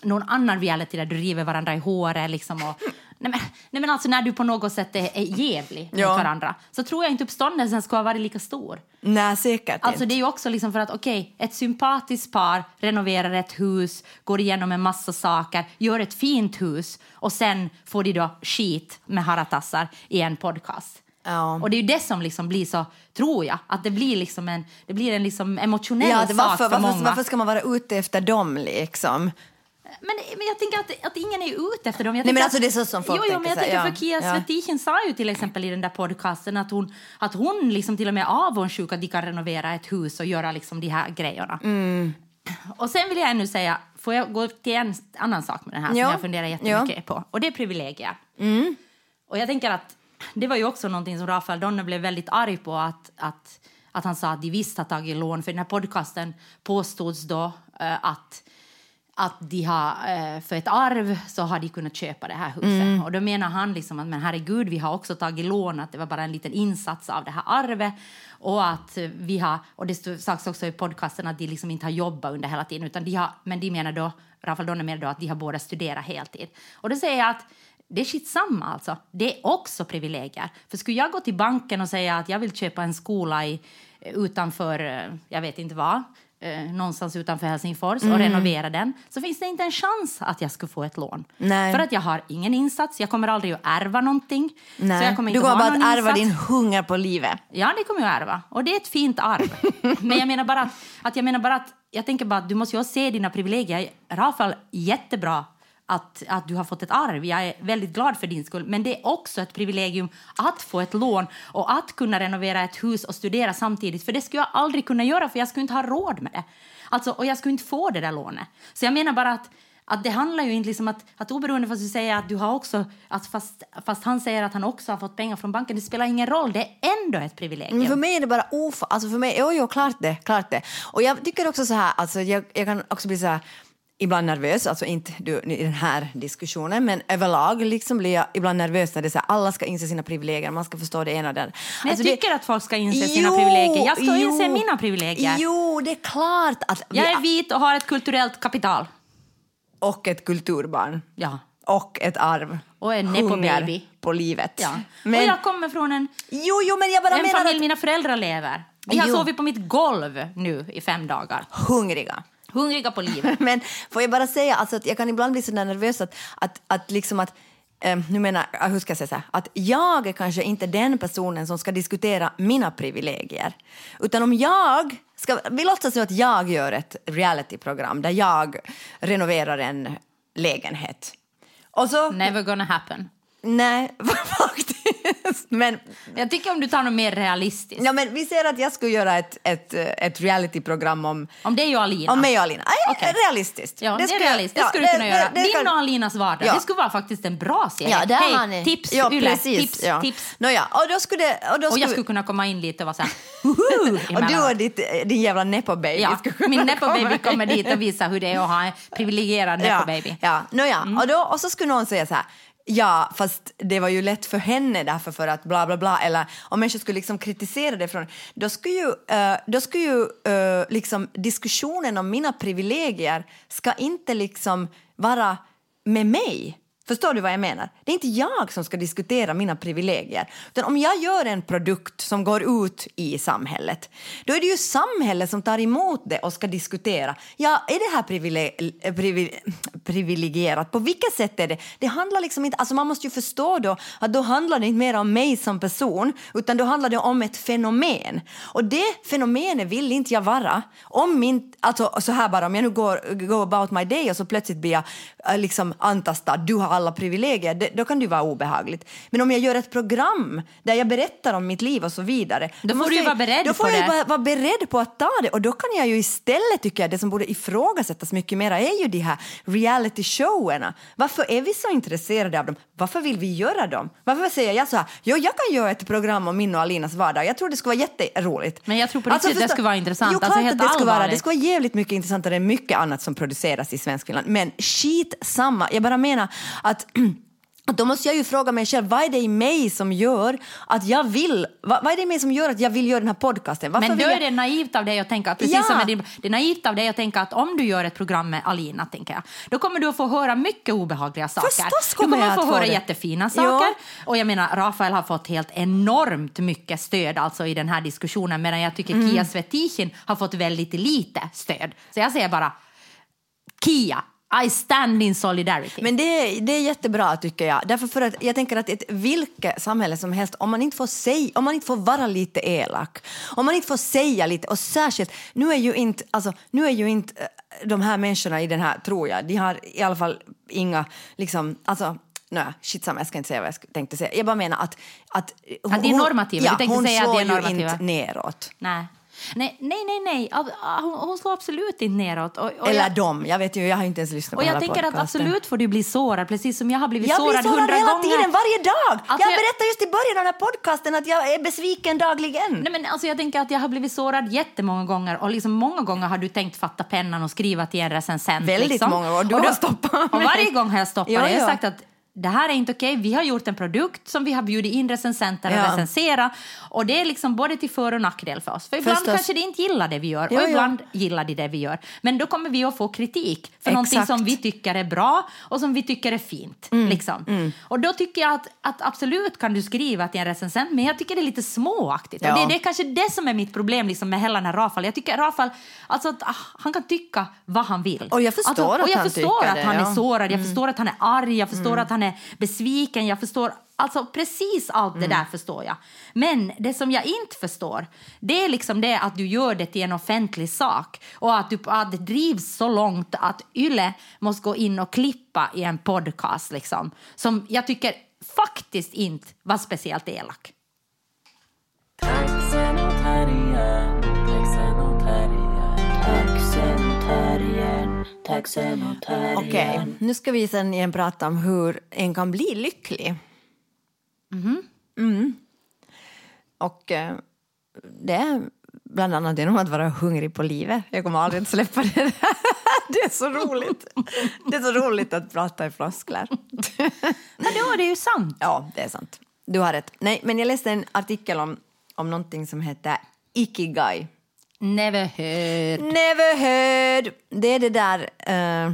Speaker 2: någon annan reality där du river varandra i håret liksom och nej men, nej men alltså när du på något sätt är, är jävlig
Speaker 3: Ja.
Speaker 2: mot varandra så tror jag inte uppståndelsen ska ha varit lika stor.
Speaker 3: Nej, säkert
Speaker 2: Alltså
Speaker 3: inte.
Speaker 2: det är ju också liksom för att okej, okay, ett sympatiskt par renoverar ett hus, går igenom en massa saker, gör ett fint hus och sen får de då skit med haratassar i en podcast.
Speaker 3: Ja.
Speaker 2: Och det är ju det som liksom blir så, tror jag, att det blir liksom en, det blir en liksom emotionell
Speaker 3: Ja, det,
Speaker 2: sak
Speaker 3: varför,
Speaker 2: för
Speaker 3: varför,
Speaker 2: många.
Speaker 3: varför ska man vara ute efter dem liksom?
Speaker 2: Men, men jag tänker att, att ingen är ute efter dem. Jag
Speaker 3: Nej, men
Speaker 2: tänker
Speaker 3: alltså
Speaker 2: att,
Speaker 3: det är så som folk
Speaker 2: jo, jo, men jag
Speaker 3: tänker
Speaker 2: tänker
Speaker 3: sig,
Speaker 2: för Kia
Speaker 3: ja.
Speaker 2: Svetichin sa ju till exempel i den där podcasten att hon, att hon liksom till och med är avundsjuk att de kan renovera ett hus och göra liksom de här grejerna.
Speaker 3: Mm.
Speaker 2: Och sen vill jag ännu säga, får jag gå till en annan sak med den här
Speaker 3: Ja.
Speaker 2: som jag funderar jättemycket
Speaker 3: Ja.
Speaker 2: på. Och det är privilegier.
Speaker 3: Mm.
Speaker 2: Och jag tänker att det var ju också någonting som Rafael Donner blev väldigt arg på att, att, att han sa att de visst har tagit lån. För den här podcasten påstods då uh, att att de har, eh, för ett arv så har de kunnat köpa det här huset. Mm. Och då menar han liksom att men herregud, vi har också tagit lån, att det var bara en liten insats av det här arvet. Och att vi har, och det sagts också i podcasten att de liksom inte har jobbat under hela tiden. Utan de har, men de menar då, Rafael Donner menar då att de har båda studerat heltid. Och då säger jag att det är skitsamma alltså. Det är också privilegier. För skulle jag gå till banken och säga att jag vill köpa en skola i, utanför, jag vet inte vad, Eh, någonstans utanför Helsingfors mm. och renovera den, så finns det inte en chans att jag ska få ett lån.
Speaker 3: Nej.
Speaker 2: För att jag har ingen insats, jag kommer aldrig att ärva någonting.
Speaker 3: Nej.
Speaker 2: Så jag kommer inte
Speaker 3: du kommer
Speaker 2: ha
Speaker 3: bara
Speaker 2: någon
Speaker 3: att ärva
Speaker 2: insats.
Speaker 3: din hunger på livet.
Speaker 2: Ja, det kommer jag ärva. Och det är ett fint arv. Men jag menar bara att, att jag menar bara att jag tänker bara att du måste ju se dina privilegier. Rafael, jättebra att, att du har fått ett arv. Jag är väldigt glad för din skull. Men det är också ett privilegium att få ett lån och att kunna renovera ett hus och studera samtidigt. För det skulle jag aldrig kunna göra, för jag skulle inte ha råd med det. Alltså, och jag skulle inte få det där lånet. Så jag menar bara att, att det handlar ju inte liksom att, att oberoende fast du säger att du har också, att fast, fast han säger att han också har fått pengar från banken, det spelar ingen roll, det är ändå ett privilegium.
Speaker 3: Men för mig är det bara of... Alltså för mig, jo, jo, klart det, klart det. Och jag tycker också så här, alltså jag, jag kan också bli så här ibland nervös, alltså inte du, i den här diskussionen, men överlag liksom blir jag ibland nervös när det är så här, alla ska inse sina privilegier, man ska förstå det ena och det andra.
Speaker 2: Men
Speaker 3: alltså
Speaker 2: jag tycker
Speaker 3: det,
Speaker 2: att folk ska inse sina
Speaker 3: jo,
Speaker 2: privilegier. Jag ska
Speaker 3: jo,
Speaker 2: inse mina privilegier.
Speaker 3: Jo, det är klart att... Vi,
Speaker 2: jag är vit och har ett kulturellt kapital.
Speaker 3: Och ett kulturbarn.
Speaker 2: Ja.
Speaker 3: Och ett arv.
Speaker 2: Och en
Speaker 3: Hunger
Speaker 2: nepo-baby.
Speaker 3: på livet.
Speaker 2: Ja.
Speaker 3: Men,
Speaker 2: och jag kommer från en,
Speaker 3: jo, jo, men jag bara
Speaker 2: en
Speaker 3: menar
Speaker 2: familj
Speaker 3: att,
Speaker 2: mina föräldrar lever. Vi har
Speaker 3: Jo.
Speaker 2: sovit på mitt golv nu i fem dagar.
Speaker 3: hungriga.
Speaker 2: Hungriga på livet.
Speaker 3: Men får jag bara säga alltså, att jag kan ibland bli så där nervös att, att, att liksom att eh, nu menar, hur ska jag säga så här, att jag är kanske inte den personen som ska diskutera mina privilegier, utan om jag ska, vi låtsas nu att jag gör ett realityprogram där jag renoverar en lägenhet och så,
Speaker 2: Never gonna happen.
Speaker 3: nej faktiskt, men
Speaker 2: Jag tycker om du tar något mer realistiskt.
Speaker 3: ja, men vi ser att jag skulle göra ett, ett, ett realityprogram om
Speaker 2: Om det är ju Alina.
Speaker 3: Om mig och Alina. Nej,
Speaker 2: Okej.
Speaker 3: realistiskt.
Speaker 2: Ja, det,
Speaker 3: skulle
Speaker 2: är
Speaker 3: jag-
Speaker 2: realistiskt. Det
Speaker 3: ja,
Speaker 2: skulle du kunna göra.
Speaker 3: det
Speaker 2: Din
Speaker 3: kan-
Speaker 2: och Alinas vardag.
Speaker 3: Ja.
Speaker 2: Det skulle vara faktiskt en bra serie.
Speaker 3: Ja, där
Speaker 2: Hej,
Speaker 3: har ni.
Speaker 2: tips,
Speaker 3: ja,
Speaker 2: Yle.
Speaker 3: precis,
Speaker 2: Tips,
Speaker 3: ja.
Speaker 2: tips.
Speaker 3: Nåja, och då skulle det, och då
Speaker 2: Och
Speaker 3: skulle
Speaker 2: jag
Speaker 3: vi-
Speaker 2: skulle kunna komma in lite och vara så här... "Huhu",
Speaker 3: och du
Speaker 2: emellanåt.
Speaker 3: och ditt, din jävla nepo-baby
Speaker 2: Ja,
Speaker 3: skulle kunna
Speaker 2: min
Speaker 3: komma
Speaker 2: nepo-baby
Speaker 3: in.
Speaker 2: kommer dit och visar hur det är att ha en privilegierad nepo-baby.
Speaker 3: Ja, ja. Nåja, och, då, och så skulle någon säga så här, ja, fast det var ju lätt för henne därför för att bla bla bla, eller om människor skulle liksom kritisera det från, då skulle ju, uh, då skulle ju uh, liksom diskussionen om mina privilegier ska inte liksom vara med mig. Förstår du vad jag menar? Det är inte jag som ska diskutera mina privilegier. Utan om jag gör en produkt som går ut i samhället, då är det ju samhället som tar emot det och ska diskutera. Ja, är det här privile- privile- privilegierat? På vilket sätt är det? Det handlar liksom inte... Alltså man måste ju förstå då att då handlar det inte mer om mig som person, utan då handlar det om ett fenomen. Och det fenomenet vill inte jag vara. Om min... Alltså så här bara, om jag nu går go about my day och så plötsligt blir jag äh, liksom antastad, du har alla privilegier, det, då kan det ju vara obehagligt. Men om jag gör ett program där jag berättar om mitt liv och så vidare,
Speaker 2: Då får
Speaker 3: måste
Speaker 2: du ju
Speaker 3: jag,
Speaker 2: vara beredd
Speaker 3: då får
Speaker 2: på
Speaker 3: jag
Speaker 2: det.
Speaker 3: Vara, vara beredd på att ta det. Och då kan jag ju istället, tycker jag, det som borde ifrågasättas mycket mer är ju de här reality-showerna. Varför är vi så intresserade av dem? Varför vill vi göra dem? Varför säger jag så här, jo, jag kan göra ett program om min och Alinas vardag. Jag tror det skulle vara jätteroligt.
Speaker 2: Men jag tror på riktigt det skulle vara intressant.
Speaker 3: Jo, klart
Speaker 2: Alltså, helt
Speaker 3: att det skulle vara.
Speaker 2: allvarligt.
Speaker 3: Det skulle vara jävligt mycket intressantare än mycket annat som produceras i svensk Finland. Men skit samma. Jag bara menar att då måste jag ju fråga mig själv, vad är det i mig som gör att jag vill, vad, vad är det i mig som gör att jag vill göra den här podcasten? Varför
Speaker 2: men då
Speaker 3: vill
Speaker 2: är det naivt av dig att tänka, precis
Speaker 3: Ja.
Speaker 2: som med din, det är naivt av dig att tänka att om du gör ett program med Alina, tänker jag, då kommer du att få höra mycket obehagliga saker.
Speaker 3: Förstås
Speaker 2: du
Speaker 3: kommer
Speaker 2: kommer
Speaker 3: jag
Speaker 2: att få
Speaker 3: att få
Speaker 2: höra
Speaker 3: det.
Speaker 2: jättefina saker.
Speaker 3: Ja.
Speaker 2: Och jag menar, Rafael har fått helt enormt mycket stöd alltså i den här diskussionen, medan jag tycker mm. Kia Svetichin har fått väldigt lite stöd. Så jag säger bara, Kia, I stand in solidarity.
Speaker 3: Men det är, det är jättebra, tycker jag. Därför för att jag tänker att ett vilket samhälle som helst, om man inte får säga, om man inte får vara lite elak, om man inte får säga lite, och särskilt, nu är ju inte, alltså, nu är ju inte de här människorna i den här, tror jag, de har i alla fall inga, liksom, alltså, nej, shit samma, jag ska inte säga vad jag tänkte säga. Jag bara menar att... Att, hon,
Speaker 2: att det är normativa.
Speaker 3: Ja,
Speaker 2: du tänkte
Speaker 3: hon
Speaker 2: säga att det är
Speaker 3: slår ju
Speaker 2: normativa.
Speaker 3: inte neråt.
Speaker 2: Nej. Nej, nej, nej, nej. Hon, hon slår absolut inte neråt. Och, och
Speaker 3: Eller
Speaker 2: jag,
Speaker 3: de, jag vet ju, jag har inte ens lyssnat på
Speaker 2: och jag
Speaker 3: hela
Speaker 2: tänker
Speaker 3: podcasten.
Speaker 2: att absolut får du bli sårad, precis som jag har blivit
Speaker 3: jag
Speaker 2: sårad
Speaker 3: blir sårad
Speaker 2: hundra
Speaker 3: hela
Speaker 2: gånger.
Speaker 3: tiden, varje dag.
Speaker 2: Alltså
Speaker 3: jag
Speaker 2: jag-
Speaker 3: berättar just i början av den här podcasten att jag är besviken dagligen.
Speaker 2: Nej, men alltså jag tänker att jag har blivit sårad jättemånga gånger, och liksom många gånger har du tänkt fatta pennan och skriva till en recensent.
Speaker 3: Väldigt
Speaker 2: liksom.
Speaker 3: många gånger. Du
Speaker 2: och,
Speaker 3: har
Speaker 2: då,
Speaker 3: stoppat
Speaker 2: och
Speaker 3: mig.
Speaker 2: varje gång har jag stoppat
Speaker 3: Ja,
Speaker 2: det. Jag har
Speaker 3: ja.
Speaker 2: sagt att det här är inte okej. Vi har gjort en produkt som vi har bjudit in recensenter att
Speaker 3: Ja.
Speaker 2: recensera. Och det är liksom både till för- och nackdel för oss. För ibland
Speaker 3: Förstås.
Speaker 2: kanske det inte gillar det vi gör.
Speaker 3: Ja,
Speaker 2: och
Speaker 3: ja.
Speaker 2: ibland gillar de det vi gör. Men då kommer vi att få kritik för någonting
Speaker 3: Exakt.
Speaker 2: som vi tycker är bra och som vi tycker är fint.
Speaker 3: Mm.
Speaker 2: Liksom. Och då tycker jag att, att absolut kan du skriva till en recensent. Men jag tycker det är lite småaktigt.
Speaker 3: Ja.
Speaker 2: Och det, det är kanske det som är mitt problem liksom, med hela den här Rafael. Jag tycker Rafael, alltså att ah, han kan tycka vad han vill.
Speaker 3: Och jag förstår
Speaker 2: alltså,
Speaker 3: att
Speaker 2: och jag
Speaker 3: han
Speaker 2: förstår
Speaker 3: tycker
Speaker 2: att
Speaker 3: det,
Speaker 2: han
Speaker 3: ja.
Speaker 2: är sårad. Jag förstår att han är arg. Jag förstår att han är besviken. Jag förstår, alltså precis allt det där förstår jag. Men det som jag inte förstår, det är liksom det att du gör det till en offentlig sak. Och att, du, att det drivs så långt att Yle måste gå in och klippa i en podcast liksom. Som jag tycker faktiskt inte var speciellt elak.
Speaker 1: Taxen och terriern, taxen och terriern, taxen och terriern, taxen och terriern.
Speaker 3: Okej, nu ska vi sen igen prata om hur en kan bli lycklig.
Speaker 2: Mhm.
Speaker 3: Mm. Och eh, det är bland annat genom att vara hungrig på livet. Jag kommer aldrig att släppa det där. Det är så roligt. Det är så roligt att prata i floskler.
Speaker 2: Men då är det ju sant.
Speaker 3: Ja, det är sant. Du har rätt. Nej, men jag läste en artikel om, om någonting som heter Ikigai.
Speaker 2: Never heard.
Speaker 3: Never heard. Det är det där... Uh,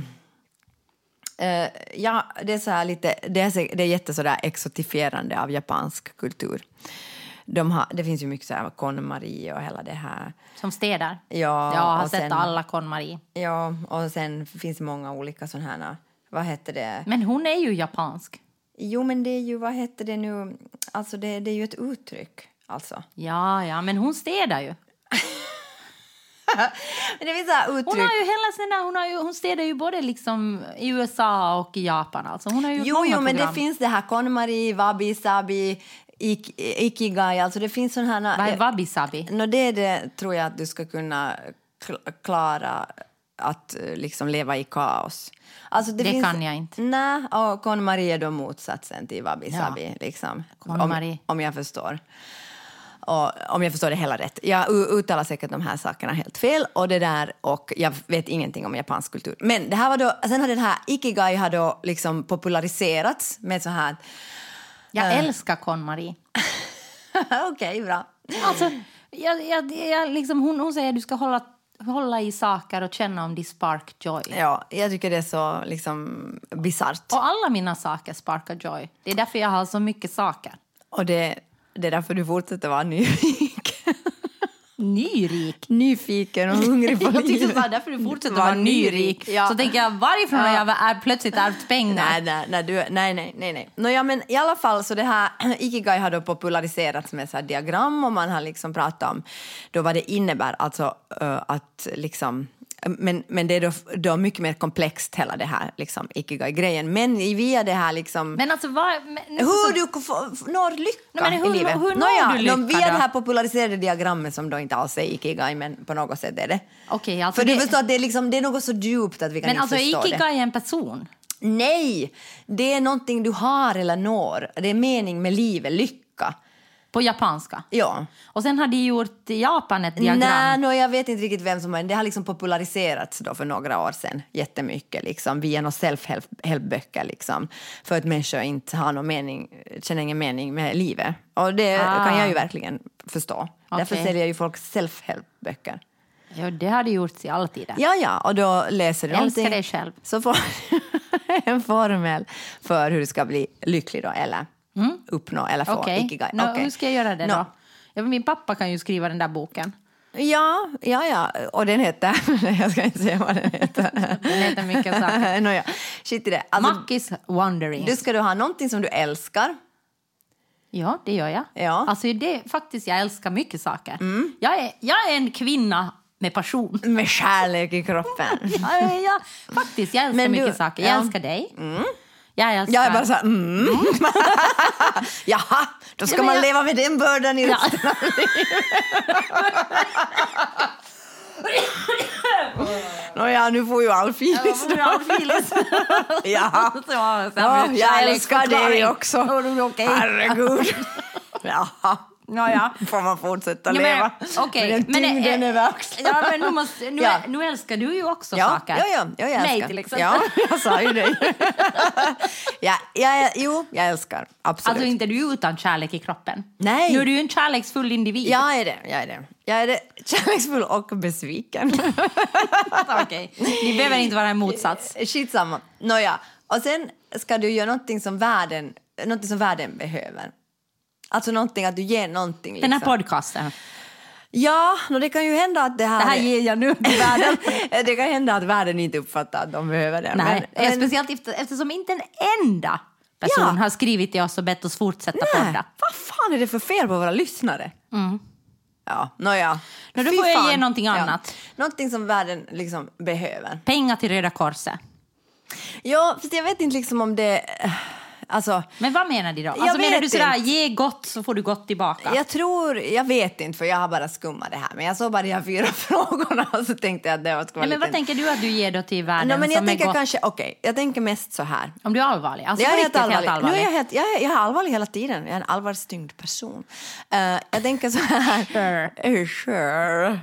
Speaker 3: uh, ja, det är så här lite... Det är, så, det är jätte så där exotifierande av japansk kultur. De har, det finns ju mycket så här KonMari och hela det här.
Speaker 2: Som städar.
Speaker 3: Ja,
Speaker 2: Jag har
Speaker 3: och
Speaker 2: sett
Speaker 3: sen-
Speaker 2: alla KonMari.
Speaker 3: Ja, och sen finns det många olika sådana här... Vad heter det?
Speaker 2: Men hon är ju japansk.
Speaker 3: Jo, men det är ju... Vad heter det nu? Alltså, det, det är ju ett uttryck. Alltså.
Speaker 2: Ja, ja, men hon städar ju.
Speaker 3: Men det finns så här uttryck.
Speaker 2: Hon har ju hela sina, hon, har ju, hon städar ju både liksom i U S A och i Japan. Alltså. Hon har ju
Speaker 3: Jo,
Speaker 2: många
Speaker 3: jo, men
Speaker 2: program.
Speaker 3: det finns det här KonMari, Wabi Sabi, ik, Ikigai. Alltså det finns sådana här...
Speaker 2: Vad är wabi-sabi?
Speaker 3: No, det är det, tror jag, att du ska kunna kl- klara att eh, liksom leva i kaos. Alltså
Speaker 2: Det
Speaker 3: finns,
Speaker 2: kan jag inte.
Speaker 3: Nej, och KonMari är då motsatsen till Wabi Sabi, liksom.
Speaker 2: KonMari.
Speaker 3: Om, om jag förstår. Och, om jag förstår det hela rätt. Jag u- uttalar säkert de här sakerna helt fel. Och det där, och jag vet ingenting om japansk kultur. Men det här var då, sen har den här Ikigai har då liksom populariserats med så här...
Speaker 2: Jag
Speaker 3: Eh.
Speaker 2: älskar KonMari.
Speaker 3: Okej, okay, bra.
Speaker 2: Alltså, jag, jag, jag, liksom, hon, hon säger att du ska hålla, hålla i saker och känna om de spark joy.
Speaker 3: Ja, jag tycker det är så liksom bizarrt.
Speaker 2: Och alla mina saker sparkar joy. Det är därför jag har så mycket saker.
Speaker 3: Och det, det är därför du fortsätter vara nyfiken.
Speaker 2: Nyrik.
Speaker 3: Nyfiken och hungrig på
Speaker 2: Jag tyckte
Speaker 3: livet.
Speaker 2: så här, därför du fortsätter
Speaker 3: Var
Speaker 2: vara nyrik.
Speaker 3: Ja.
Speaker 2: Så tänker jag, varifrån har jag är plötsligt ärvt pengar?
Speaker 3: Nej, nej, nej, du, nej, nej, nej, nej. Nå, ja, men i alla fall så det här Ikigai har då populariserats med så här diagram och man har liksom pratat om då vad det innebär, alltså uh, att liksom men, men det är då, då mycket mer komplext hela det här liksom Ikigai-grejen. Men via det här liksom
Speaker 2: Men alltså, vad... Men,
Speaker 3: hur du får- når lycka
Speaker 2: Nej, men hur-
Speaker 3: i livet.
Speaker 2: hur når
Speaker 3: Nåja,
Speaker 2: du lycka
Speaker 3: de- via
Speaker 2: då?
Speaker 3: det här populariserade diagrammet som då inte alls är Ikigai, men på något sätt är det.
Speaker 2: Okej, alltså
Speaker 3: För du
Speaker 2: det-
Speaker 3: förstår att det är, liksom, det är något så djupt att vi kan
Speaker 2: Men
Speaker 3: inte
Speaker 2: alltså,
Speaker 3: förstå det.
Speaker 2: Ikigai är en person.
Speaker 3: Nej, det är någonting du har eller når. Det är mening med livet, lycka.
Speaker 2: På japanska?
Speaker 3: Ja.
Speaker 2: Och sen har de gjort Japan ett diagram.
Speaker 3: Nej, no, jag vet inte riktigt vem som har. Det har liksom populariserats då för några år sedan jättemycket liksom, via några self-help-böcker liksom, för att människor inte har någon mening, känner ingen mening med livet. Och det
Speaker 2: ah.
Speaker 3: kan jag ju verkligen förstå.
Speaker 2: Okay.
Speaker 3: Därför säljer ju folk self-help-böcker.
Speaker 2: Ja, det har det gjorts i alla tider.
Speaker 3: Ja, ja, och då läser du
Speaker 2: Älskar
Speaker 3: någonting.
Speaker 2: dig själv.
Speaker 3: Så får en formel för hur du ska bli lycklig då, eller mm. uppnå, eller få
Speaker 2: okay.
Speaker 3: ikigai.
Speaker 2: No,
Speaker 3: okay.
Speaker 2: Hur ska jag göra det
Speaker 3: no.
Speaker 2: då? Ja, min pappa kan ju skriva den där boken.
Speaker 3: Ja, ja, ja. Och den heter... jag ska inte säga vad den heter.
Speaker 2: Den heter mycket saker.
Speaker 3: no, ja. Shit i det. Alltså,
Speaker 2: Mackis Wanderings.
Speaker 3: Du ska du ha någonting som du älskar.
Speaker 2: Ja, det gör jag.
Speaker 3: Ja.
Speaker 2: Alltså det faktiskt, jag älskar mycket saker. Mm. Jag, är, jag är en kvinna med passion.
Speaker 3: Med kärlek i kroppen.
Speaker 2: ja, ja, ja, faktiskt, jag älskar
Speaker 3: Men du,
Speaker 2: mycket saker. Jag
Speaker 3: ja.
Speaker 2: älskar dig.
Speaker 3: Mm.
Speaker 2: Jag älskar...
Speaker 3: Jag är bara så här, mm. Jaha, då ska ja, man jag... leva med den bördan i resten ja. av livet. Nåja, nu får ju Alfilis.
Speaker 2: Ja, Alfilis.
Speaker 3: ja.
Speaker 2: Så,
Speaker 3: ja, jag älskar dig också.
Speaker 2: Okay.
Speaker 3: Herregud. Jaha.
Speaker 2: Ja, ja.
Speaker 3: Får man fortsätta
Speaker 2: ja,
Speaker 3: leva
Speaker 2: okay.
Speaker 3: med den tyngden över axlarna.
Speaker 2: Ja, men nu, måste, nu,
Speaker 3: ja.
Speaker 2: nu älskar du ju också
Speaker 3: ja,
Speaker 2: saker.
Speaker 3: Ja, ja, ja, jag
Speaker 2: Nej,
Speaker 3: älskar.
Speaker 2: till exempel.
Speaker 3: Ja, jag sa ju det. ja, ja, jo, jag älskar. Absolut.
Speaker 2: Alltså inte du utan kärlek i kroppen.
Speaker 3: Nej.
Speaker 2: Nu är du ju en kärleksfull individ.
Speaker 3: Jag är det, jag är det. Jag är det kärleksfull och besviken.
Speaker 2: Okej, okay. Ni behöver inte vara en motsats.
Speaker 3: Skitsamma. Nåja, och sen ska du göra någonting som världen, någonting som världen behöver. Alltså någonting, att du ger någonting. Liksom.
Speaker 2: Den här podcasten.
Speaker 3: Ja, och det kan ju hända att det här...
Speaker 2: Det här ger jag nu till världen.
Speaker 3: det kan hända att världen inte uppfattar att de behöver det.
Speaker 2: Nej,
Speaker 3: men, men...
Speaker 2: speciellt eftersom inte en enda person ja. har skrivit till oss och bett oss fortsätta
Speaker 3: Nej,
Speaker 2: podda.
Speaker 3: Vad fan är det för fel på våra lyssnare?
Speaker 2: Mm.
Speaker 3: Ja, nåja.
Speaker 2: No, då får jag ge någonting annat.
Speaker 3: Ja. Någonting som världen liksom behöver.
Speaker 2: Pengar till Röda Korset.
Speaker 3: Ja, för jag vet inte liksom om det... Alltså,
Speaker 2: men vad menar du då? Alltså menar du sådär, inte. Ge gott så får du gott tillbaka?
Speaker 3: Jag tror, jag vet inte för jag har bara skummat det här. Men jag såg bara de här fyra frågorna och så tänkte jag att det var...
Speaker 2: Nej, men vad tänker du att du ger då till världen
Speaker 3: no, men jag
Speaker 2: som
Speaker 3: tänker
Speaker 2: är gott?
Speaker 3: Kanske, okej, okay, jag tänker mest så här.
Speaker 2: Om du är allvarlig? Alltså
Speaker 3: jag är
Speaker 2: helt allvarlig. Helt allvarlig.
Speaker 3: Nu är jag, helt, jag, är, jag är allvarlig hela tiden. Jag är en allvarstyngd person. Uh, jag tänker så här... Sure. sure.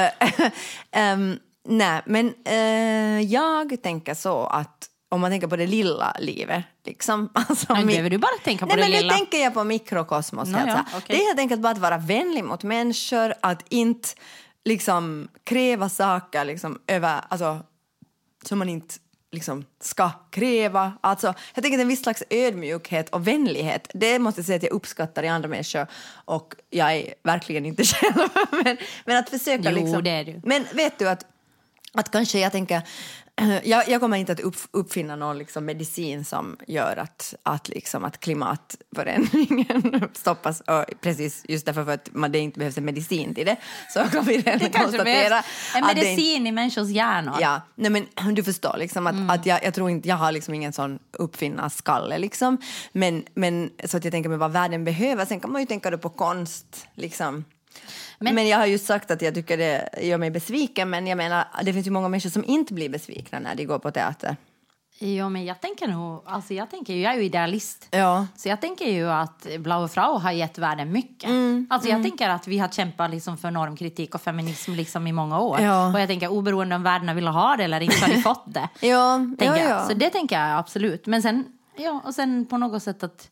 Speaker 3: Uh, um, nej, men uh, jag tänker så att om man tänker på det lilla livet. Liksom. Alltså,
Speaker 2: men behöver du bara tänka på
Speaker 3: nej,
Speaker 2: det
Speaker 3: men
Speaker 2: lilla?
Speaker 3: Nu tänker jag på mikrokosmos.
Speaker 2: No, ja, okay.
Speaker 3: Det är helt enkelt bara att vara vänlig mot människor. Att inte liksom, kräva saker liksom, över, alltså, som man inte liksom, ska kräva. Alltså, jag tänker att en viss slags ödmjukhet och vänlighet. Det måste jag säga att jag uppskattar i andra människor. Och jag är verkligen inte själv. men, men att försöka...
Speaker 2: Jo,
Speaker 3: liksom,
Speaker 2: det är du.
Speaker 3: Men vet du att, att kanske jag tänker... Jag, jag kommer inte att upp, uppfinna någon liksom medicin som gör att, att, liksom, att klimatförändringen stoppas. Och precis just därför för att man, det inte behövs en medicin till det. Så kan vi redan konstatera.
Speaker 2: En medicin det, i människors hjärnor.
Speaker 3: Ja, nej, men du förstår liksom att, mm. att jag, jag tror inte, jag har liksom ingen sån uppfinnarskalle liksom. Men, men så att jag tänker mig vad världen behöver. Sen kan man ju tänka då på konst liksom. Men, men jag har ju sagt att jag tycker det gör mig besviken. Men jag menar, det finns ju många människor som inte blir besvikna när de går på teater.
Speaker 2: Ja, men jag tänker nog, alltså jag tänker ju, jag är ju idealist.
Speaker 3: Ja.
Speaker 2: Så jag tänker ju att Blaue Frau har gett världen mycket. Mm, alltså jag mm. tänker att vi har kämpat liksom för normkritik och feminism liksom i många år. Ja. Och jag tänker, oberoende om världen vill ha det eller inte har de fått det.
Speaker 3: ja, ja,
Speaker 2: ja. Så det tänker jag absolut. Men sen, ja, och sen på något sätt att,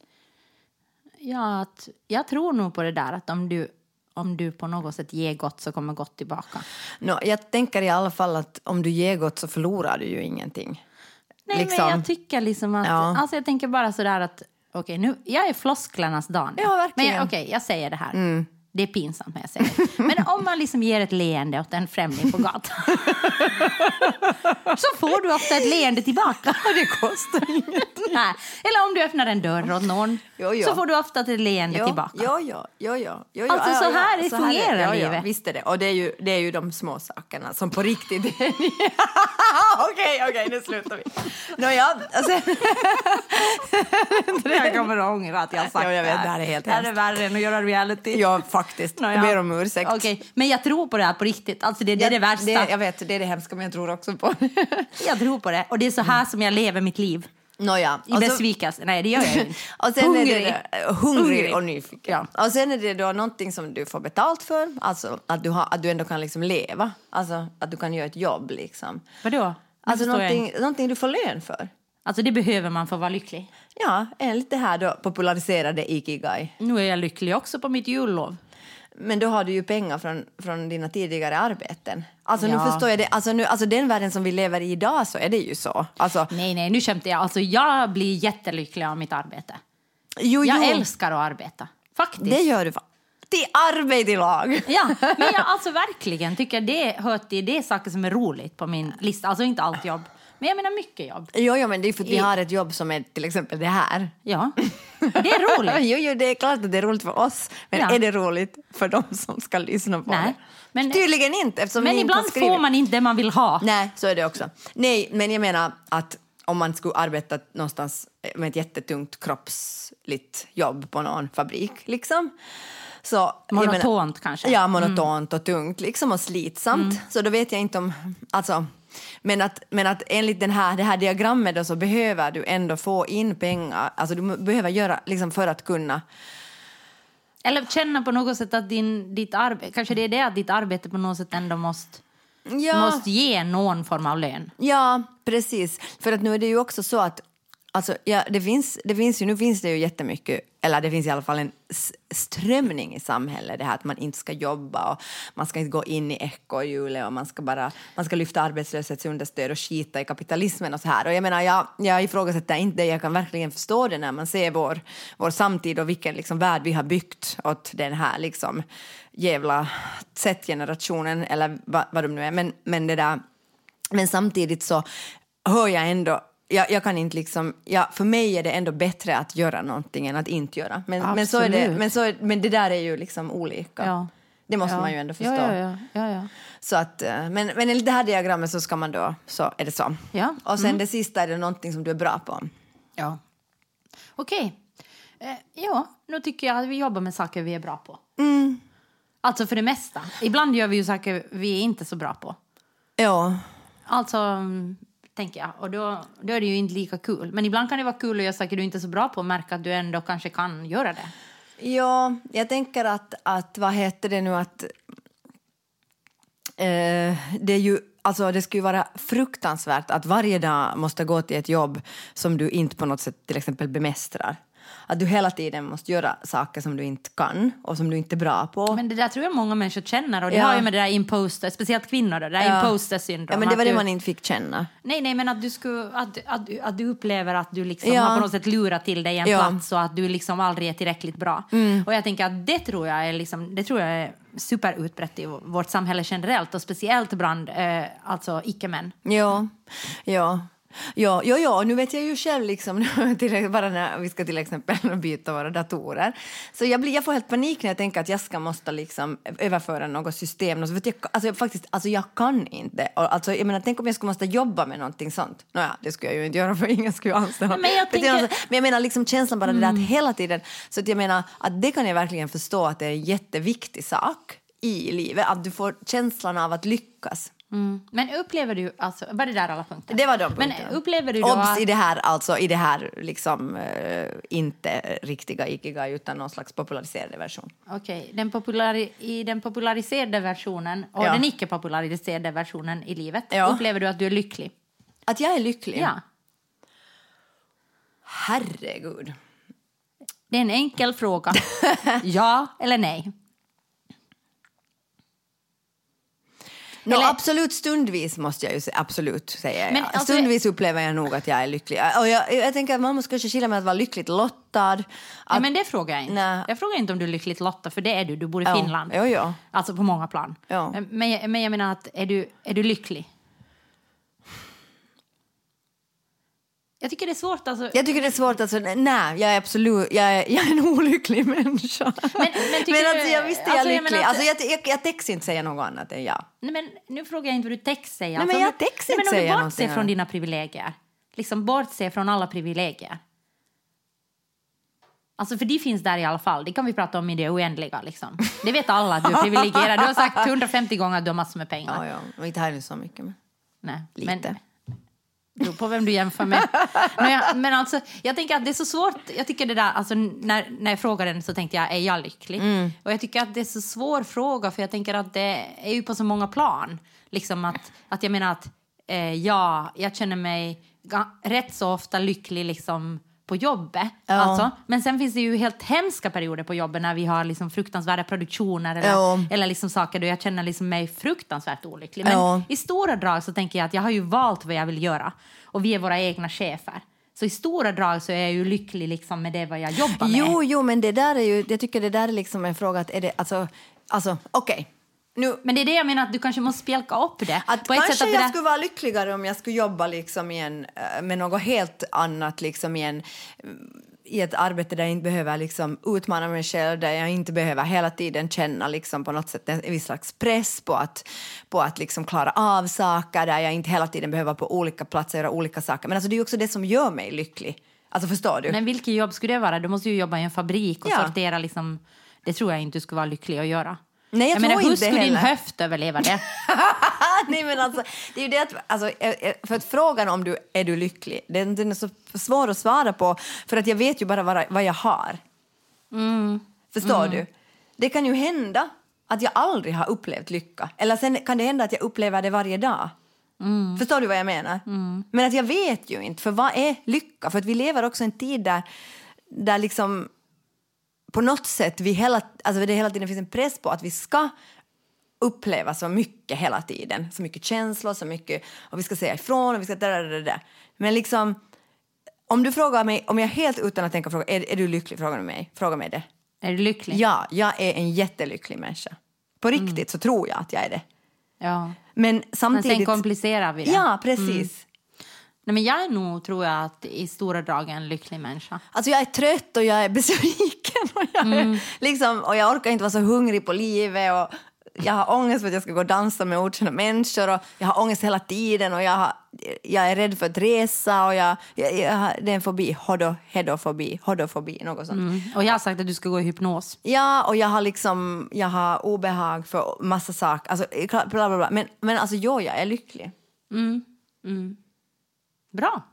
Speaker 2: ja, att jag tror nog på det där att om du om du på något sätt ger gott så kommer gott tillbaka.
Speaker 3: No, jag tänker i alla fall att om du ger gott så förlorar du ju ingenting.
Speaker 2: Nej, liksom. Men jag tycker liksom att... Ja. Alltså jag tänker bara sådär att... Okej, nu, jag är flosklarnas dag nu.
Speaker 3: Ja, verkligen.
Speaker 2: Men okej, jag säger det här. Mm. Det är pinsamt när jag säger det. Men om man liksom ger ett leende åt en främling på gatan så får du ofta ett leende tillbaka.
Speaker 3: Det kostar inget.
Speaker 2: Nej. Eller om du öppnar en dörr åt någon jo, jo. så får du ofta ett leende
Speaker 3: jo,
Speaker 2: tillbaka.
Speaker 3: Ja, ja, ja, ja. Jo,
Speaker 2: alltså
Speaker 3: ja,
Speaker 2: så
Speaker 3: ja,
Speaker 2: här
Speaker 3: ja,
Speaker 2: det
Speaker 3: så
Speaker 2: fungerar
Speaker 3: här, ja,
Speaker 2: livet.
Speaker 3: Ja, visst är det. Och det är ju, det är ju de små sakerna som på riktigt... Okej, okej, nu slutar vi. Nåja, alltså...
Speaker 2: jag kommer att ångra att jag har sagt
Speaker 3: ja, jag vet,
Speaker 2: det här.
Speaker 3: Det här är helt
Speaker 2: det här är värre än att göra reality.
Speaker 3: Ja, faktiskt.
Speaker 2: No, ja.
Speaker 3: Jag ber om ursäkt.
Speaker 2: Okay. Men jag tror på det här på riktigt. Alltså det, det är
Speaker 3: ja,
Speaker 2: det värsta.
Speaker 3: Det, jag vet, det är det hemska, men jag tror också på det.
Speaker 2: Jag tror på det. Och det är så här som jag lever mitt liv.
Speaker 3: Nåja.
Speaker 2: I besvikelse. Nej, det gör jag inte.
Speaker 3: Och sen
Speaker 2: hungrig.
Speaker 3: Är det, hungrig, hungrig och nyfiken.
Speaker 2: Ja.
Speaker 3: Och sen är det då någonting som du får betalt för. Alltså att du, har, att du ändå kan liksom leva. Alltså att du kan göra ett jobb liksom.
Speaker 2: Vadå?
Speaker 3: Alltså någonting, någonting du får lön för.
Speaker 2: Alltså det behöver man för att vara lycklig.
Speaker 3: Ja, enligt det här då populariserade Ikigai.
Speaker 2: Nu är jag lycklig också på mitt jullov.
Speaker 3: Men då har du ju pengar från, från dina tidigare arbeten. Alltså
Speaker 2: Ja.
Speaker 3: nu förstår jag det. Alltså, nu, alltså den världen som vi lever i idag så är det ju så. Alltså,
Speaker 2: Nej, nej, nu skämtar jag. Alltså jag blir jättelycklig av mitt arbete.
Speaker 3: jo,
Speaker 2: Jag
Speaker 3: jo,
Speaker 2: älskar att arbeta. Faktiskt.
Speaker 3: det gör du. Till arbete i lag.
Speaker 2: Ja, men jag alltså verkligen tycker det hör till det är saker som är roligt på min lista. Alltså inte allt jobb. Men jag menar mycket jobb.
Speaker 3: Jo, jo, men det är för att vi
Speaker 2: I-
Speaker 3: har ett jobb som är till exempel det här.
Speaker 2: Ja, det är roligt.
Speaker 3: Jo, jo, det är klart att det är roligt för oss. Men
Speaker 2: Ja.
Speaker 3: är det roligt för dem som ska lyssna på
Speaker 2: Nej,
Speaker 3: det?
Speaker 2: men-
Speaker 3: Tydligen inte, eftersom
Speaker 2: Men
Speaker 3: ni inte har
Speaker 2: ibland
Speaker 3: skrivit.
Speaker 2: får man inte det man vill ha.
Speaker 3: Nej, så är det också. Nej, men jag menar att om man skulle arbeta någonstans med ett jättetungt kroppsligt jobb på någon fabrik, liksom. Så, jag
Speaker 2: Monotont
Speaker 3: menar,
Speaker 2: kanske.
Speaker 3: Ja, monotont och tungt liksom och slitsamt. Så då vet jag inte om... Alltså, men, att, men att enligt den här, det här diagrammet då, så behöver du ändå få in pengar. Alltså du behöver göra liksom för att kunna...
Speaker 2: Eller känna på något sätt att din, ditt arbete, kanske det är det att ditt arbete på något sätt ändå måste,
Speaker 3: Ja.
Speaker 2: måste ge någon form av lön.
Speaker 3: Ja, precis. För att nu är det ju också så att alltså, ja, det finns, det finns ju, nu finns det ju jättemycket, eller det finns i alla fall en s- strömning i samhället, det här att man inte ska jobba och man ska inte gå in i ekorrhjulet och man ska bara, man ska lyfta arbetslöshetsunderstöd och skita i kapitalismen och så här. Och jag menar, jag, jag ifrågasätter inte det, jag kan verkligen förstå det när man ser vår, vår samtid och vilken liksom värld vi har byggt åt den här liksom jävla Z-generationen eller vad, vad de nu är, men, men det där, men samtidigt så hör jag ändå Jag, jag kan inte liksom, ja, för mig är det ändå bättre att göra någonting än att inte göra. Men, men, så är det, men, så är, men det där är ju liksom olika.
Speaker 2: Ja.
Speaker 3: Det måste
Speaker 2: Ja.
Speaker 3: man ju ändå förstå.
Speaker 2: Ja, ja, ja, ja, ja.
Speaker 3: Så att, eh, men, men enligt det här diagrammet så ska man då, så är det så.
Speaker 2: Ja.
Speaker 3: Och sen det sista är det någonting som du är bra på.
Speaker 2: Ja. Okej. Eh, ja, nu tycker jag att vi jobbar med saker vi är bra på.
Speaker 3: Mm.
Speaker 2: Alltså för det mesta. Ibland gör vi ju saker vi är inte så bra på.
Speaker 3: Ja.
Speaker 2: Alltså, mm, tänker jag. Och då, då är det ju inte lika kul. Men ibland kan det vara kul att göra saker du inte är så bra på och märka att du ändå kanske kan göra det.
Speaker 3: Ja, jag tänker att, att vad heter det nu att eh, det är ju, alltså det skulle ju vara fruktansvärt att varje dag måste gå till ett jobb som du inte på något sätt till exempel bemästrar. Att du hela tiden måste göra saker som du inte kan och som du inte är bra på.
Speaker 2: Men det där tror jag många människor känner. Och det
Speaker 3: Ja.
Speaker 2: har ju med det där imposter, speciellt kvinnor då, det där
Speaker 3: Ja.
Speaker 2: imposter syndrom.
Speaker 3: Ja, men det var
Speaker 2: att
Speaker 3: det
Speaker 2: du,
Speaker 3: man inte fick känna.
Speaker 2: Nej, nej, men att du, skulle, att, att, du- att du upplever att du liksom
Speaker 3: Ja.
Speaker 2: har på något sätt lurat till dig en
Speaker 3: Ja.
Speaker 2: plats och att du liksom aldrig är tillräckligt bra. Och jag tänker att det tror jag är, liksom, det tror jag är superutbrett i vårt samhälle generellt och speciellt bland eh, alltså icke-män.
Speaker 3: Ja, ja. Ja, ja, ja, nu vet jag ju själv liksom, till, bara när vi ska till exempel byta våra datorer. Så jag, blir, jag får helt panik när jag tänker att jag ska måste liksom överföra något system. För att jag, alltså, jag, faktiskt, alltså, jag kan inte. Och, alltså, jag menar, tänk om jag skulle måste jobba med någonting sånt. Nåja, det skulle jag ju inte göra för ingen skulle anställa.
Speaker 2: Men jag tänker-
Speaker 3: Men jag menar liksom känslan bara det där att hela tiden. Så att jag menar att det kan jag verkligen förstå att det är en jätteviktig sak i livet. Att du får känslan av att lyckas.
Speaker 2: Mm. Men upplever du, alltså, var det där alla punkter?
Speaker 3: Det var de
Speaker 2: Men
Speaker 3: punkterna.
Speaker 2: upplever du då
Speaker 3: Obs,
Speaker 2: att,
Speaker 3: i det här, alltså i det här liksom eh, inte riktiga ikigai utan någon slags populariserade version.
Speaker 2: okej, den populari, i den populariserade versionen och
Speaker 3: Ja.
Speaker 2: den icke populariserade versionen i livet,
Speaker 3: Ja.
Speaker 2: upplever du att du är lycklig?
Speaker 3: Att jag är lycklig?
Speaker 2: Ja.
Speaker 3: Herregud.
Speaker 2: Det är en enkel fråga. Ja eller nej?
Speaker 3: No,
Speaker 2: Eller-
Speaker 3: absolut stundvis måste jag ju säga, absolut säga
Speaker 2: Men
Speaker 3: jag.
Speaker 2: alltså-
Speaker 3: Stundvis upplever jag nog att jag är lycklig. Och jag, jag tänker att man måste kanske skilja med att vara lyckligt lottad. Att,
Speaker 2: Nej, men det frågar jag inte.
Speaker 3: Nej.
Speaker 2: Jag frågar inte om du är lyckligt lotta, för det är du. Du bor i
Speaker 3: Ja.
Speaker 2: Finland.
Speaker 3: Jo, jo.
Speaker 2: Alltså på många plan.
Speaker 3: Ja.
Speaker 2: Men, jag- men jag menar att är du, är du lycklig? Jag tycker det är svårt. Alltså.
Speaker 3: Jag tycker det är svårt, alltså, nej, jag är absolut, jag är, jag är en olycklig människa.
Speaker 2: Men- men tycker
Speaker 3: men
Speaker 2: du-
Speaker 3: alltså, jag visste jag
Speaker 2: alltså,
Speaker 3: är
Speaker 2: jag
Speaker 3: lycklig.
Speaker 2: menar att-
Speaker 3: Alltså, jag, jag, jag täcks inte säga något annat än ja.
Speaker 2: Nej, men nu frågar jag inte vad du täcks säger.
Speaker 3: Nej, men
Speaker 2: om
Speaker 3: jag
Speaker 2: du-
Speaker 3: täcks
Speaker 2: Nej,
Speaker 3: inte
Speaker 2: men om
Speaker 3: säga
Speaker 2: du bortser
Speaker 3: någonting
Speaker 2: från
Speaker 3: annat.
Speaker 2: dina privilegier. Liksom bortser från alla privilegier. Alltså för de finns där i alla fall. Det kan vi prata om i det oändliga. Liksom. Det vet alla att du är privilegierad. Du har sagt hundrafemtio gånger att du har massor med pengar.
Speaker 3: Ja, ja. Och inte här är det så mycket. Men.
Speaker 2: Nej,
Speaker 3: Lite.
Speaker 2: Men, beror på vem du jämför med. Men, jag, men alltså, jag tänker att det är så svårt. Jag tycker det där, alltså, när, när jag frågade den så tänkte jag, är jag lycklig? Mm. Och jag tycker att det är så svår fråga, för jag tänker att det är ju på så många plan. Liksom att, att jag menar att eh, ja, jag känner mig rätt så ofta lycklig liksom på jobbet. Ja. Alltså. Men sen finns det ju helt hemska perioder på jobbet när vi har liksom fruktansvärda produktioner eller, ja. eller liksom saker då jag känner liksom mig fruktansvärt olycklig. Men ja. i stora drag så tänker jag att jag har ju valt vad jag vill göra. Och vi är våra egna chefer. Så i stora drag så är jag ju lycklig liksom med det vad jag jobbar med.
Speaker 3: Jo, jo, men det där är ju, jag tycker det där är liksom en fråga att är det, alltså, alltså okej. Okay. Nu,
Speaker 2: men det är det jag menar, att du kanske måste spjälka upp det.
Speaker 3: Att
Speaker 2: på ett
Speaker 3: kanske
Speaker 2: sätt att
Speaker 3: jag
Speaker 2: det där...
Speaker 3: skulle vara lyckligare om jag skulle jobba liksom i en, med något helt annat. Liksom i, en, I ett arbete där jag inte behöver liksom utmana mig själv. Där jag inte behöver hela tiden känna liksom på något sätt en viss slags press på att, på att liksom klara av saker. Där jag inte hela tiden behöver på olika platser göra olika saker. Men alltså det är ju också det som gör mig lycklig. Alltså förstår du?
Speaker 2: Men vilket jobb skulle det vara? Du måste ju jobba i en fabrik och ja. sortera liksom... Det tror jag inte du skulle vara lycklig att göra.
Speaker 3: Nej, jag, jag menar, hur skulle
Speaker 2: din höft överleva det?
Speaker 3: Nej, men alltså, det är ju det att, alltså, för att frågan om du är du lycklig, den, den är så svår att svara på, för att jag vet ju bara vad, vad jag har.
Speaker 2: Mm.
Speaker 3: Förstår
Speaker 2: mm.
Speaker 3: du? Det kan ju hända att jag aldrig har upplevt lycka. Eller sen kan det hända att jag upplever det varje dag.
Speaker 2: Mm.
Speaker 3: Förstår du vad jag menar?
Speaker 2: Mm.
Speaker 3: Men att jag vet ju inte, för vad är lycka? För att vi lever också en tid där, där liksom... på något sätt vi hela, alltså det hela tiden finns en press på att vi ska uppleva så mycket hela tiden. Så mycket känslor, så mycket, och vi ska säga ifrån och vi ska där, där, där. Men liksom, om du frågar mig, om jag helt utan att tänka fråga, är, är du lycklig? Frågar du mig. Fråga mig det.
Speaker 2: Är du lycklig?
Speaker 3: Ja, jag är en jättelycklig människa. På riktigt mm. så tror jag att jag är det.
Speaker 2: Ja.
Speaker 3: Men samtidigt...
Speaker 2: Men sen komplicerar vi det.
Speaker 3: Ja, precis. Mm.
Speaker 2: Nej, men jag är nog, tror jag, att i stora drag en lycklig människa.
Speaker 3: Alltså jag är trött och jag är besviken och jag, mm. är, liksom, och jag orkar inte vara så hungrig på livet och jag har ångest för att jag ska gå och dansa med okända människor och jag har ångest hela tiden och jag, har, jag är rädd för att resa och jag, jag, jag, det är en fobi, hodo, hedofobi, hodofobi, något sånt.
Speaker 2: Mm. Och jag har sagt att du ska gå i hypnos.
Speaker 3: Ja, och jag har liksom, jag har obehag för massa saker, alltså bla bla bla, men, men alltså jo, jag är lycklig.
Speaker 2: Mm, mm. Bra.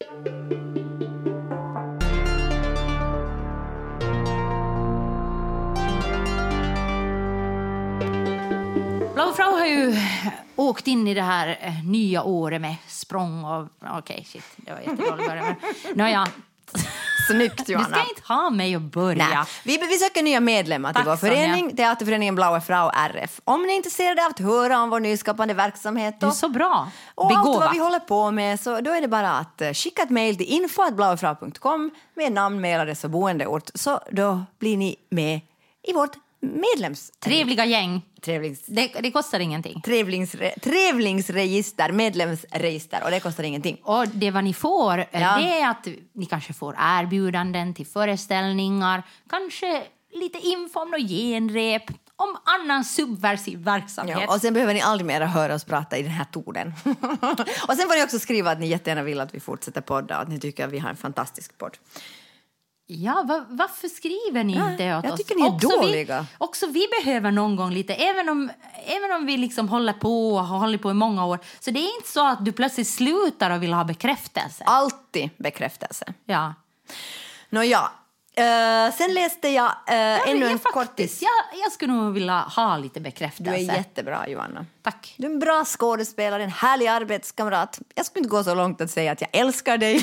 Speaker 2: Blaue Frau har ju åkt in i det här nya året med språng och... Okej, okay, shit, det var jättedåligt början. Men ja.
Speaker 3: Snyggt, Johanna.
Speaker 2: Du ska inte ha mig att börja.
Speaker 3: Nej. Vi, vi söker nya medlemmar till Tack, vår förening, Sonja. Teaterföreningen Blaue Frau R F. Om ni är intresserade av att höra om vår nyskapande verksamhet och,
Speaker 2: du är så bra.
Speaker 3: och allt vad vi håller på med, så då är det bara att skicka ett mejl till info at blauefrau punkt com med namn, mejladress och boendeort, så då blir ni med i vårt medlems...
Speaker 2: Trevliga gäng.
Speaker 3: Trevlings...
Speaker 2: Det, det kostar ingenting.
Speaker 3: Trevlingsre... Trevlingsregister, medlemsregister, och det kostar ingenting.
Speaker 2: Och det vad ni får,
Speaker 3: ja.
Speaker 2: det är att ni kanske får erbjudanden till föreställningar, kanske lite info om något genrep, om annan subversiv verksamhet.
Speaker 3: Ja, och sen behöver ni aldrig mer höra oss prata i den här tonen. Och sen får ni också skriva att ni jättegärna vill att vi fortsätter podda och att ni tycker att vi har en fantastisk podd.
Speaker 2: Ja, va, varför skriver ni inte
Speaker 3: ja,
Speaker 2: åt
Speaker 3: jag
Speaker 2: oss?
Speaker 3: tycker ni är
Speaker 2: också
Speaker 3: dåliga.
Speaker 2: Vi, också vi behöver någon gång lite, även om, även om vi liksom håller på och har hållit på i många år. Så det är inte så att du plötsligt slutar och vill ha bekräftelse.
Speaker 3: Alltid bekräftelse.
Speaker 2: Ja.
Speaker 3: Nå ja, uh, sen läste jag uh, ja, ännu en kortis.
Speaker 2: Jag, jag skulle nog vilja ha lite bekräftelse.
Speaker 3: Du är jättebra, Johanna.
Speaker 2: Tack.
Speaker 3: Du är en bra skådespelare, en härlig arbetskamrat. Jag skulle inte gå så långt att säga att jag älskar dig.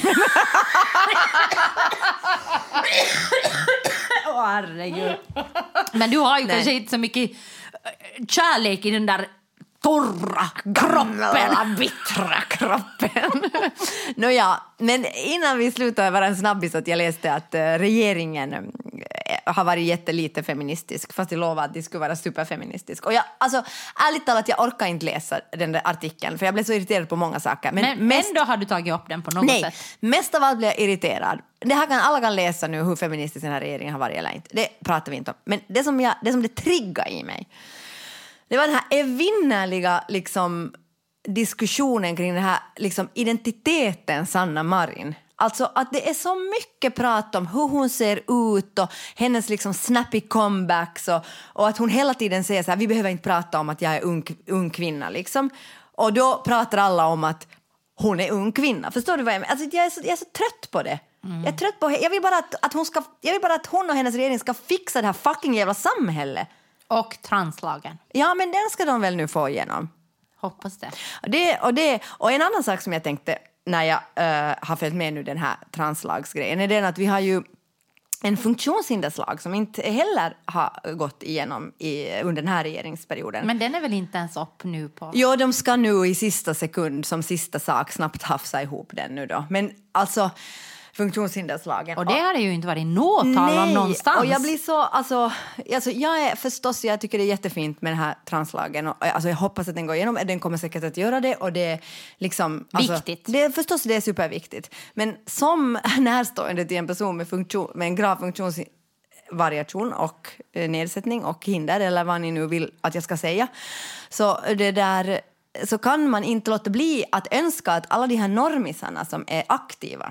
Speaker 2: Åh, oh, herregud. Men du har ju Nej. kanske inte så mycket kärlek i den där torra kroppen, bittra kroppen.
Speaker 3: Nå ja, men innan vi slutar vara en snabbis att jag läste att uh, regeringen har varit jättelite feministisk, fast jag lovade att de skulle vara superfeministisk. Och jag, alltså, ärligt talat, jag orkar inte läsa den där artikeln, för jag blev så irriterad på många saker. Men,
Speaker 2: men
Speaker 3: mest,
Speaker 2: ändå har du tagit upp den på något
Speaker 3: nej,
Speaker 2: sätt.
Speaker 3: Mest av allt blir jag irriterad. Det här kan, alla kan läsa nu hur feministisk den här regeringen har varit eller inte. Det pratar vi inte om. Men det som, jag, det, som det triggar i mig, det var den här evinnerliga liksom, diskussionen kring den här liksom, identiteten Sanna Marin. Alltså att det är så mycket prat om hur hon ser ut och hennes liksom snappy comebacks och, och att hon hela tiden säger så här, vi behöver inte prata om att jag är ung, ung kvinna liksom. Och då pratar alla om att hon är ung kvinna. Förstår du vad jag menar? Alltså, jag, är så, jag är så trött på det. Mm. Jag är trött på jag vill bara att, att hon ska jag vill bara att hon och hennes regering ska fixa det här fucking jävla samhället.
Speaker 2: Och translagen.
Speaker 3: Ja, men den ska de väl nu få igenom.
Speaker 2: Hoppas det.
Speaker 3: Det och det och en annan sak som jag tänkte när jag uh, har följt med nu den här translagsgrejen är den att vi har ju en funktionshinderslag som inte heller har gått igenom i, under den här regeringsperioden.
Speaker 2: Men den är väl inte ens upp nu på...
Speaker 3: Jo, de ska nu i sista sekund som sista sak snabbt hafsa ihop den nu då. Men alltså funktionshinderslagen.
Speaker 2: Och det har det ju inte varit något tal om någonstans.
Speaker 3: Och jag blir så, alltså, alltså jag är förstås, jag tycker det är jättefint med den här translagen. Och, alltså jag hoppas att den går igenom, den kommer säkert att göra det. Och det är liksom... Alltså,
Speaker 2: viktigt.
Speaker 3: Det är förstås, det är superviktigt. Men som närstående till en person med, funktion, med en grav funktionsvariation och eh, nedsättning och hinder, eller vad ni nu vill att jag ska säga, så det där... så kan man inte låta bli att önska att alla de här normisarna som är aktiva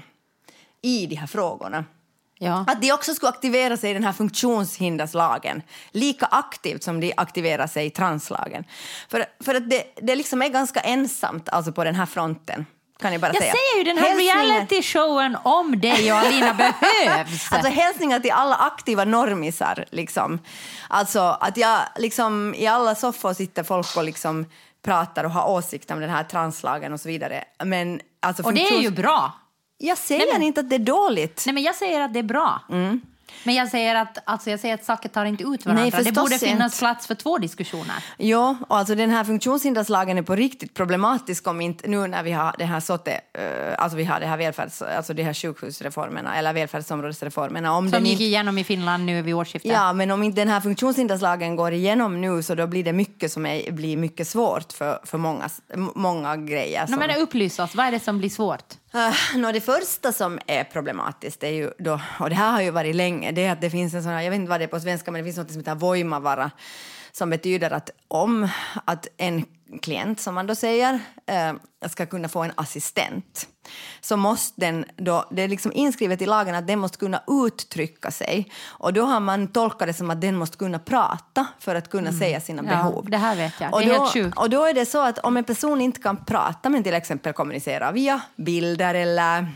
Speaker 3: i de här frågorna,
Speaker 2: ja.
Speaker 3: att de också skulle aktivera sig i den här funktionshinderslagen lika aktivt som de aktiverar sig i translagen. För, för att det, det liksom är ganska ensamt alltså på den här fronten. Kan jag bara
Speaker 2: jag
Speaker 3: säga.
Speaker 2: säger ju den här reality-showen om dig och Alina behövs.
Speaker 3: Alltså hälsningar till alla aktiva normisar. Liksom. Alltså att jag liksom i alla soffor sitter folk och liksom pratar och har åsikter om den här translagen och så vidare. Men, alltså,
Speaker 2: och det är ju bra.
Speaker 3: Jag säger
Speaker 2: nej, men,
Speaker 3: inte att det är dåligt.
Speaker 2: Nej, men jag säger att det är bra.
Speaker 3: Mm.
Speaker 2: Men jag säger att, alltså jag säger att saker tar inte ut varandra. Nej, det borde finnas inte. Plats för två diskussioner.
Speaker 3: Ja, och alltså den här funktionshinderslagen är på riktigt problematisk om inte nu när vi har det här såte, uh, alltså vi har det här välfärds, alltså de här sjukhusreformerna eller välfärdsområdesreformerna. Om
Speaker 2: som
Speaker 3: den
Speaker 2: gick igenom i Finland nu vid årsskiftet.
Speaker 3: Ja, men om inte den här funktionshinderslagen går igenom nu så då blir det mycket som är, blir mycket svårt för, för många, många grejer.
Speaker 2: Som... No, men upplys oss, vad är det som blir svårt?
Speaker 3: Uh, no, det första som är problematiskt är ju då, och det här har ju varit länge, det är att det finns en sån här, jag vet inte vad det är på svenska, men det finns något som heter voimavara som betyder att om att en klient, som man då säger, uh, ska kunna få en assistent, så måste den då, det är liksom inskrivet i lagen att den måste kunna uttrycka sig, och då har man tolkat det som att den måste kunna prata för att kunna mm. säga sina
Speaker 2: ja,
Speaker 3: behov.
Speaker 2: Det här vet jag,
Speaker 3: och
Speaker 2: det är
Speaker 3: då,
Speaker 2: helt sjukt.
Speaker 3: Och då är det så att om en person inte kan prata men till exempel kommunicera via bilder eller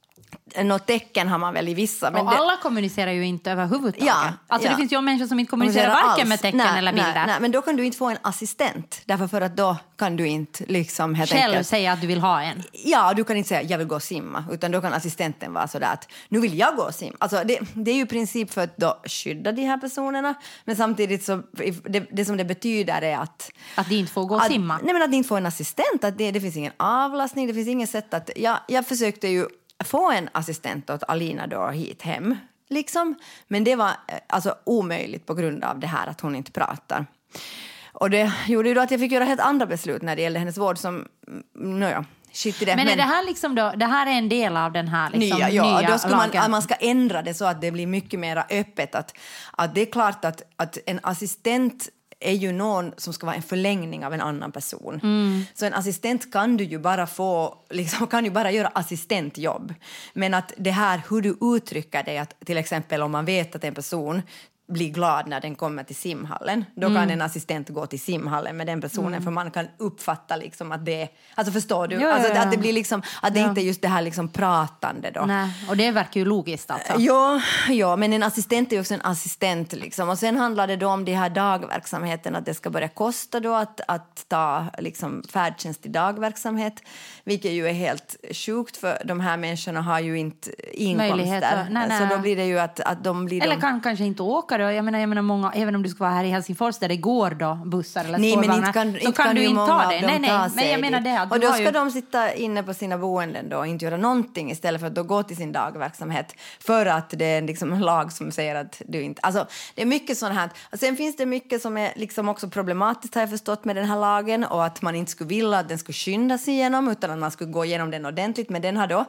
Speaker 3: något tecken har man väl i vissa. Men
Speaker 2: och alla det... kommunicerar ju inte överhuvudtaget.
Speaker 3: Ja,
Speaker 2: alltså
Speaker 3: ja.
Speaker 2: Det finns ju människor som inte kommunicerar varken alls. Med tecken nej, eller bilder.
Speaker 3: Nej, nej, men då kan du inte få en assistent. Därför för att då kan du inte liksom helt
Speaker 2: själv
Speaker 3: enkelt
Speaker 2: säga att du vill ha en.
Speaker 3: Ja, du kan inte säga jag vill gå och simma. Utan då kan assistenten vara sådär att nu vill jag gå och simma. Alltså det, det är ju i princip för att då skydda de här personerna. Men samtidigt så det, det som det betyder är att
Speaker 2: att de inte får gå och
Speaker 3: att,
Speaker 2: simma.
Speaker 3: Nej, men att de inte får en assistent. Att det, det finns ingen avlastning. Det finns inget sätt att ja, jag försökte ju få en assistent åt Alina då hit hem. Liksom. Men det var alltså omöjligt på grund av det här att hon inte pratar. Och det gjorde ju då att jag fick göra helt andra beslut när det gällde hennes vård som, nåja, shit i det.
Speaker 2: Men är
Speaker 3: men,
Speaker 2: det här liksom då, det här är en del av den här liksom
Speaker 3: nya, ja,
Speaker 2: nya
Speaker 3: då ska
Speaker 2: lagen.
Speaker 3: man, man ska ändra det så att det blir mycket mer öppet. Att, att det är klart att, att en assistent är ju någon som ska vara en förlängning av en annan person. Mm. Så en assistent kan du ju bara få, liksom, kan ju bara göra assistentjobb. Men att det här, hur du uttrycker det, att till exempel om man vet att en person blir glad när den kommer till simhallen, då kan mm. en assistent gå till simhallen med den personen, mm. för man kan uppfatta liksom att det, alltså förstår du,
Speaker 2: ja,
Speaker 3: alltså
Speaker 2: ja, ja.
Speaker 3: att det blir liksom, att det
Speaker 2: ja.
Speaker 3: inte är just det här liksom pratande då.
Speaker 2: Nej, och det verkar ju logiskt alltså.
Speaker 3: Ja, ja, men en assistent är ju också en assistent liksom. Och sen handlar det då om de här dagverksamheterna, att det ska börja kosta då att, att ta liksom färdtjänst i dagverksamhet, vilket ju är helt sjukt för de här människorna har ju inte inkomster. Nej, nej. Så då blir det ju att, att de blir...
Speaker 2: Eller
Speaker 3: de...
Speaker 2: kan kanske inte åka då. Jag menar, jag menar många, även om du ska vara här i Helsingfors där det går då bussar eller
Speaker 3: nej,
Speaker 2: spårvagnar,
Speaker 3: men inte kan,
Speaker 2: så
Speaker 3: inte
Speaker 2: kan,
Speaker 3: kan
Speaker 2: du inte ta det. Nej, nej,
Speaker 3: ta
Speaker 2: men jag menar det.
Speaker 3: Och då ska
Speaker 2: ju...
Speaker 3: de sitta inne på sina boenden då och inte göra någonting istället för att då gå till sin dagverksamhet, för att det är liksom en lag som säger att du inte... Alltså, det är mycket sånt här. Och sen finns det mycket som är liksom också problematiskt, har jag förstått, med den här lagen, och att man inte skulle vilja att den skulle skyndas igenom utan att man skulle gå igenom den ordentligt, men den har då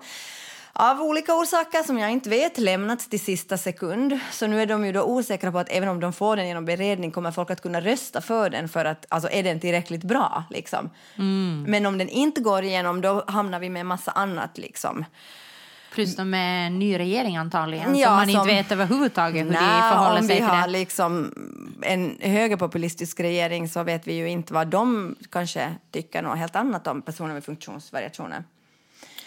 Speaker 3: av olika orsaker som jag inte vet lämnats till sista sekund. Så nu är de ju då osäkra på att även om de får den genom beredning kommer folk att kunna rösta för den, för att alltså, är den tillräckligt bra liksom. Mm. Men om den inte går igenom då hamnar vi med en massa annat liksom.
Speaker 2: Plus de är en ny regering antagligen,
Speaker 3: ja,
Speaker 2: som man
Speaker 3: som,
Speaker 2: inte vet överhuvudtaget hur
Speaker 3: nej,
Speaker 2: de förhåller sig till det.
Speaker 3: Om vi har liksom en högerpopulistisk regering så vet vi ju inte vad de kanske tycker något helt annat om personer med funktionsvariationer.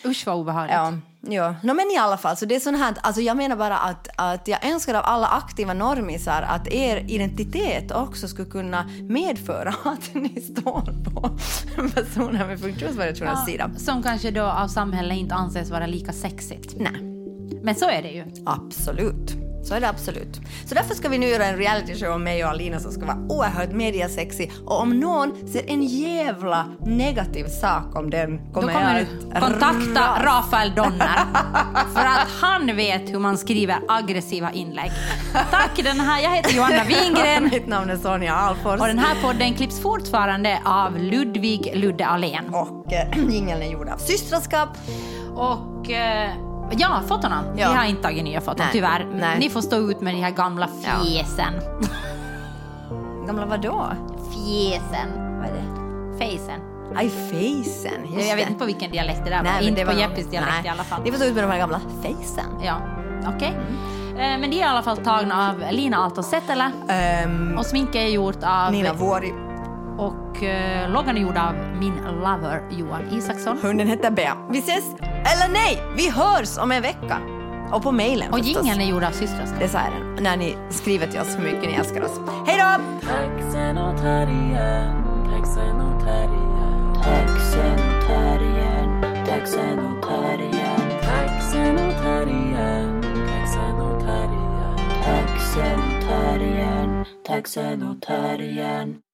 Speaker 2: Usch vad obehagligt.
Speaker 3: Ja, ja. No, men i alla fall, så det är sån här, alltså jag menar bara att, att jag önskar av alla aktiva normisar att er identitet också skulle kunna medföra att ni står på personer med funktionsvariationers
Speaker 2: Ja,
Speaker 3: sida.
Speaker 2: som kanske då av samhället inte anses vara lika sexigt.
Speaker 3: Nej.
Speaker 2: Men så är det ju.
Speaker 3: Absolut. Så är det absolut. Så därför ska vi nu göra en reality show om mig och Alina som ska vara oerhört mediasexy. Och om någon ser en jävla negativ sak om den kommer,
Speaker 2: Då kommer
Speaker 3: jag
Speaker 2: du kontakta
Speaker 3: ras.
Speaker 2: Rafael Donner. För att han vet hur man skriver aggressiva inlägg. Tack, den här, jag heter Johanna Wingren.
Speaker 3: Mitt namn är Sonja Alfors.
Speaker 2: Och den här podden klipps fortfarande av Ludvig Ludde Alén.
Speaker 3: Och äh, jingeln är gjord av systraskap.
Speaker 2: Och... Eh, ja, fotona.
Speaker 3: Ja.
Speaker 2: Vi har inte tagit nya foton,
Speaker 3: Nej.
Speaker 2: tyvärr.
Speaker 3: Nej.
Speaker 2: Ni får stå ut med de här gamla fjäsen.
Speaker 3: Gamla vadå?
Speaker 2: Fjäsen.
Speaker 3: Vad är det?
Speaker 2: Facen.
Speaker 3: Aj, facen. Just
Speaker 2: Jag vet
Speaker 3: det.
Speaker 2: inte på vilken dialekt det där var.
Speaker 3: Nej, men
Speaker 2: Inte
Speaker 3: det
Speaker 2: på
Speaker 3: var-
Speaker 2: Jeppis dialekt
Speaker 3: nej.
Speaker 2: i alla fall.
Speaker 3: Ni får stå ut med de här gamla facen.
Speaker 2: Ja, okej. Eh, Men det är i alla fall tagna av Lina Aalto-Setälä.
Speaker 3: Um,
Speaker 2: Och sminket är gjort av...
Speaker 3: Nina Vuori.
Speaker 2: Och uh, loggan är gjord av min lover Johan Isaksson.
Speaker 3: Hunden heter Bea. Vi ses, eller nej, vi hörs om en vecka. Och på mejlen
Speaker 2: Och
Speaker 3: förstås.
Speaker 2: jingeln är gjord av systraskap.
Speaker 3: Det sa jag den. När ni skriver till oss hur mycket ni älskar oss. Hej då!
Speaker 1: Taxen och terriern, taxen och terriern, taxen och terriern, taxen och terriern, taxen och terriern, taxen och terriern, taxen och terriern, taxen och terriern.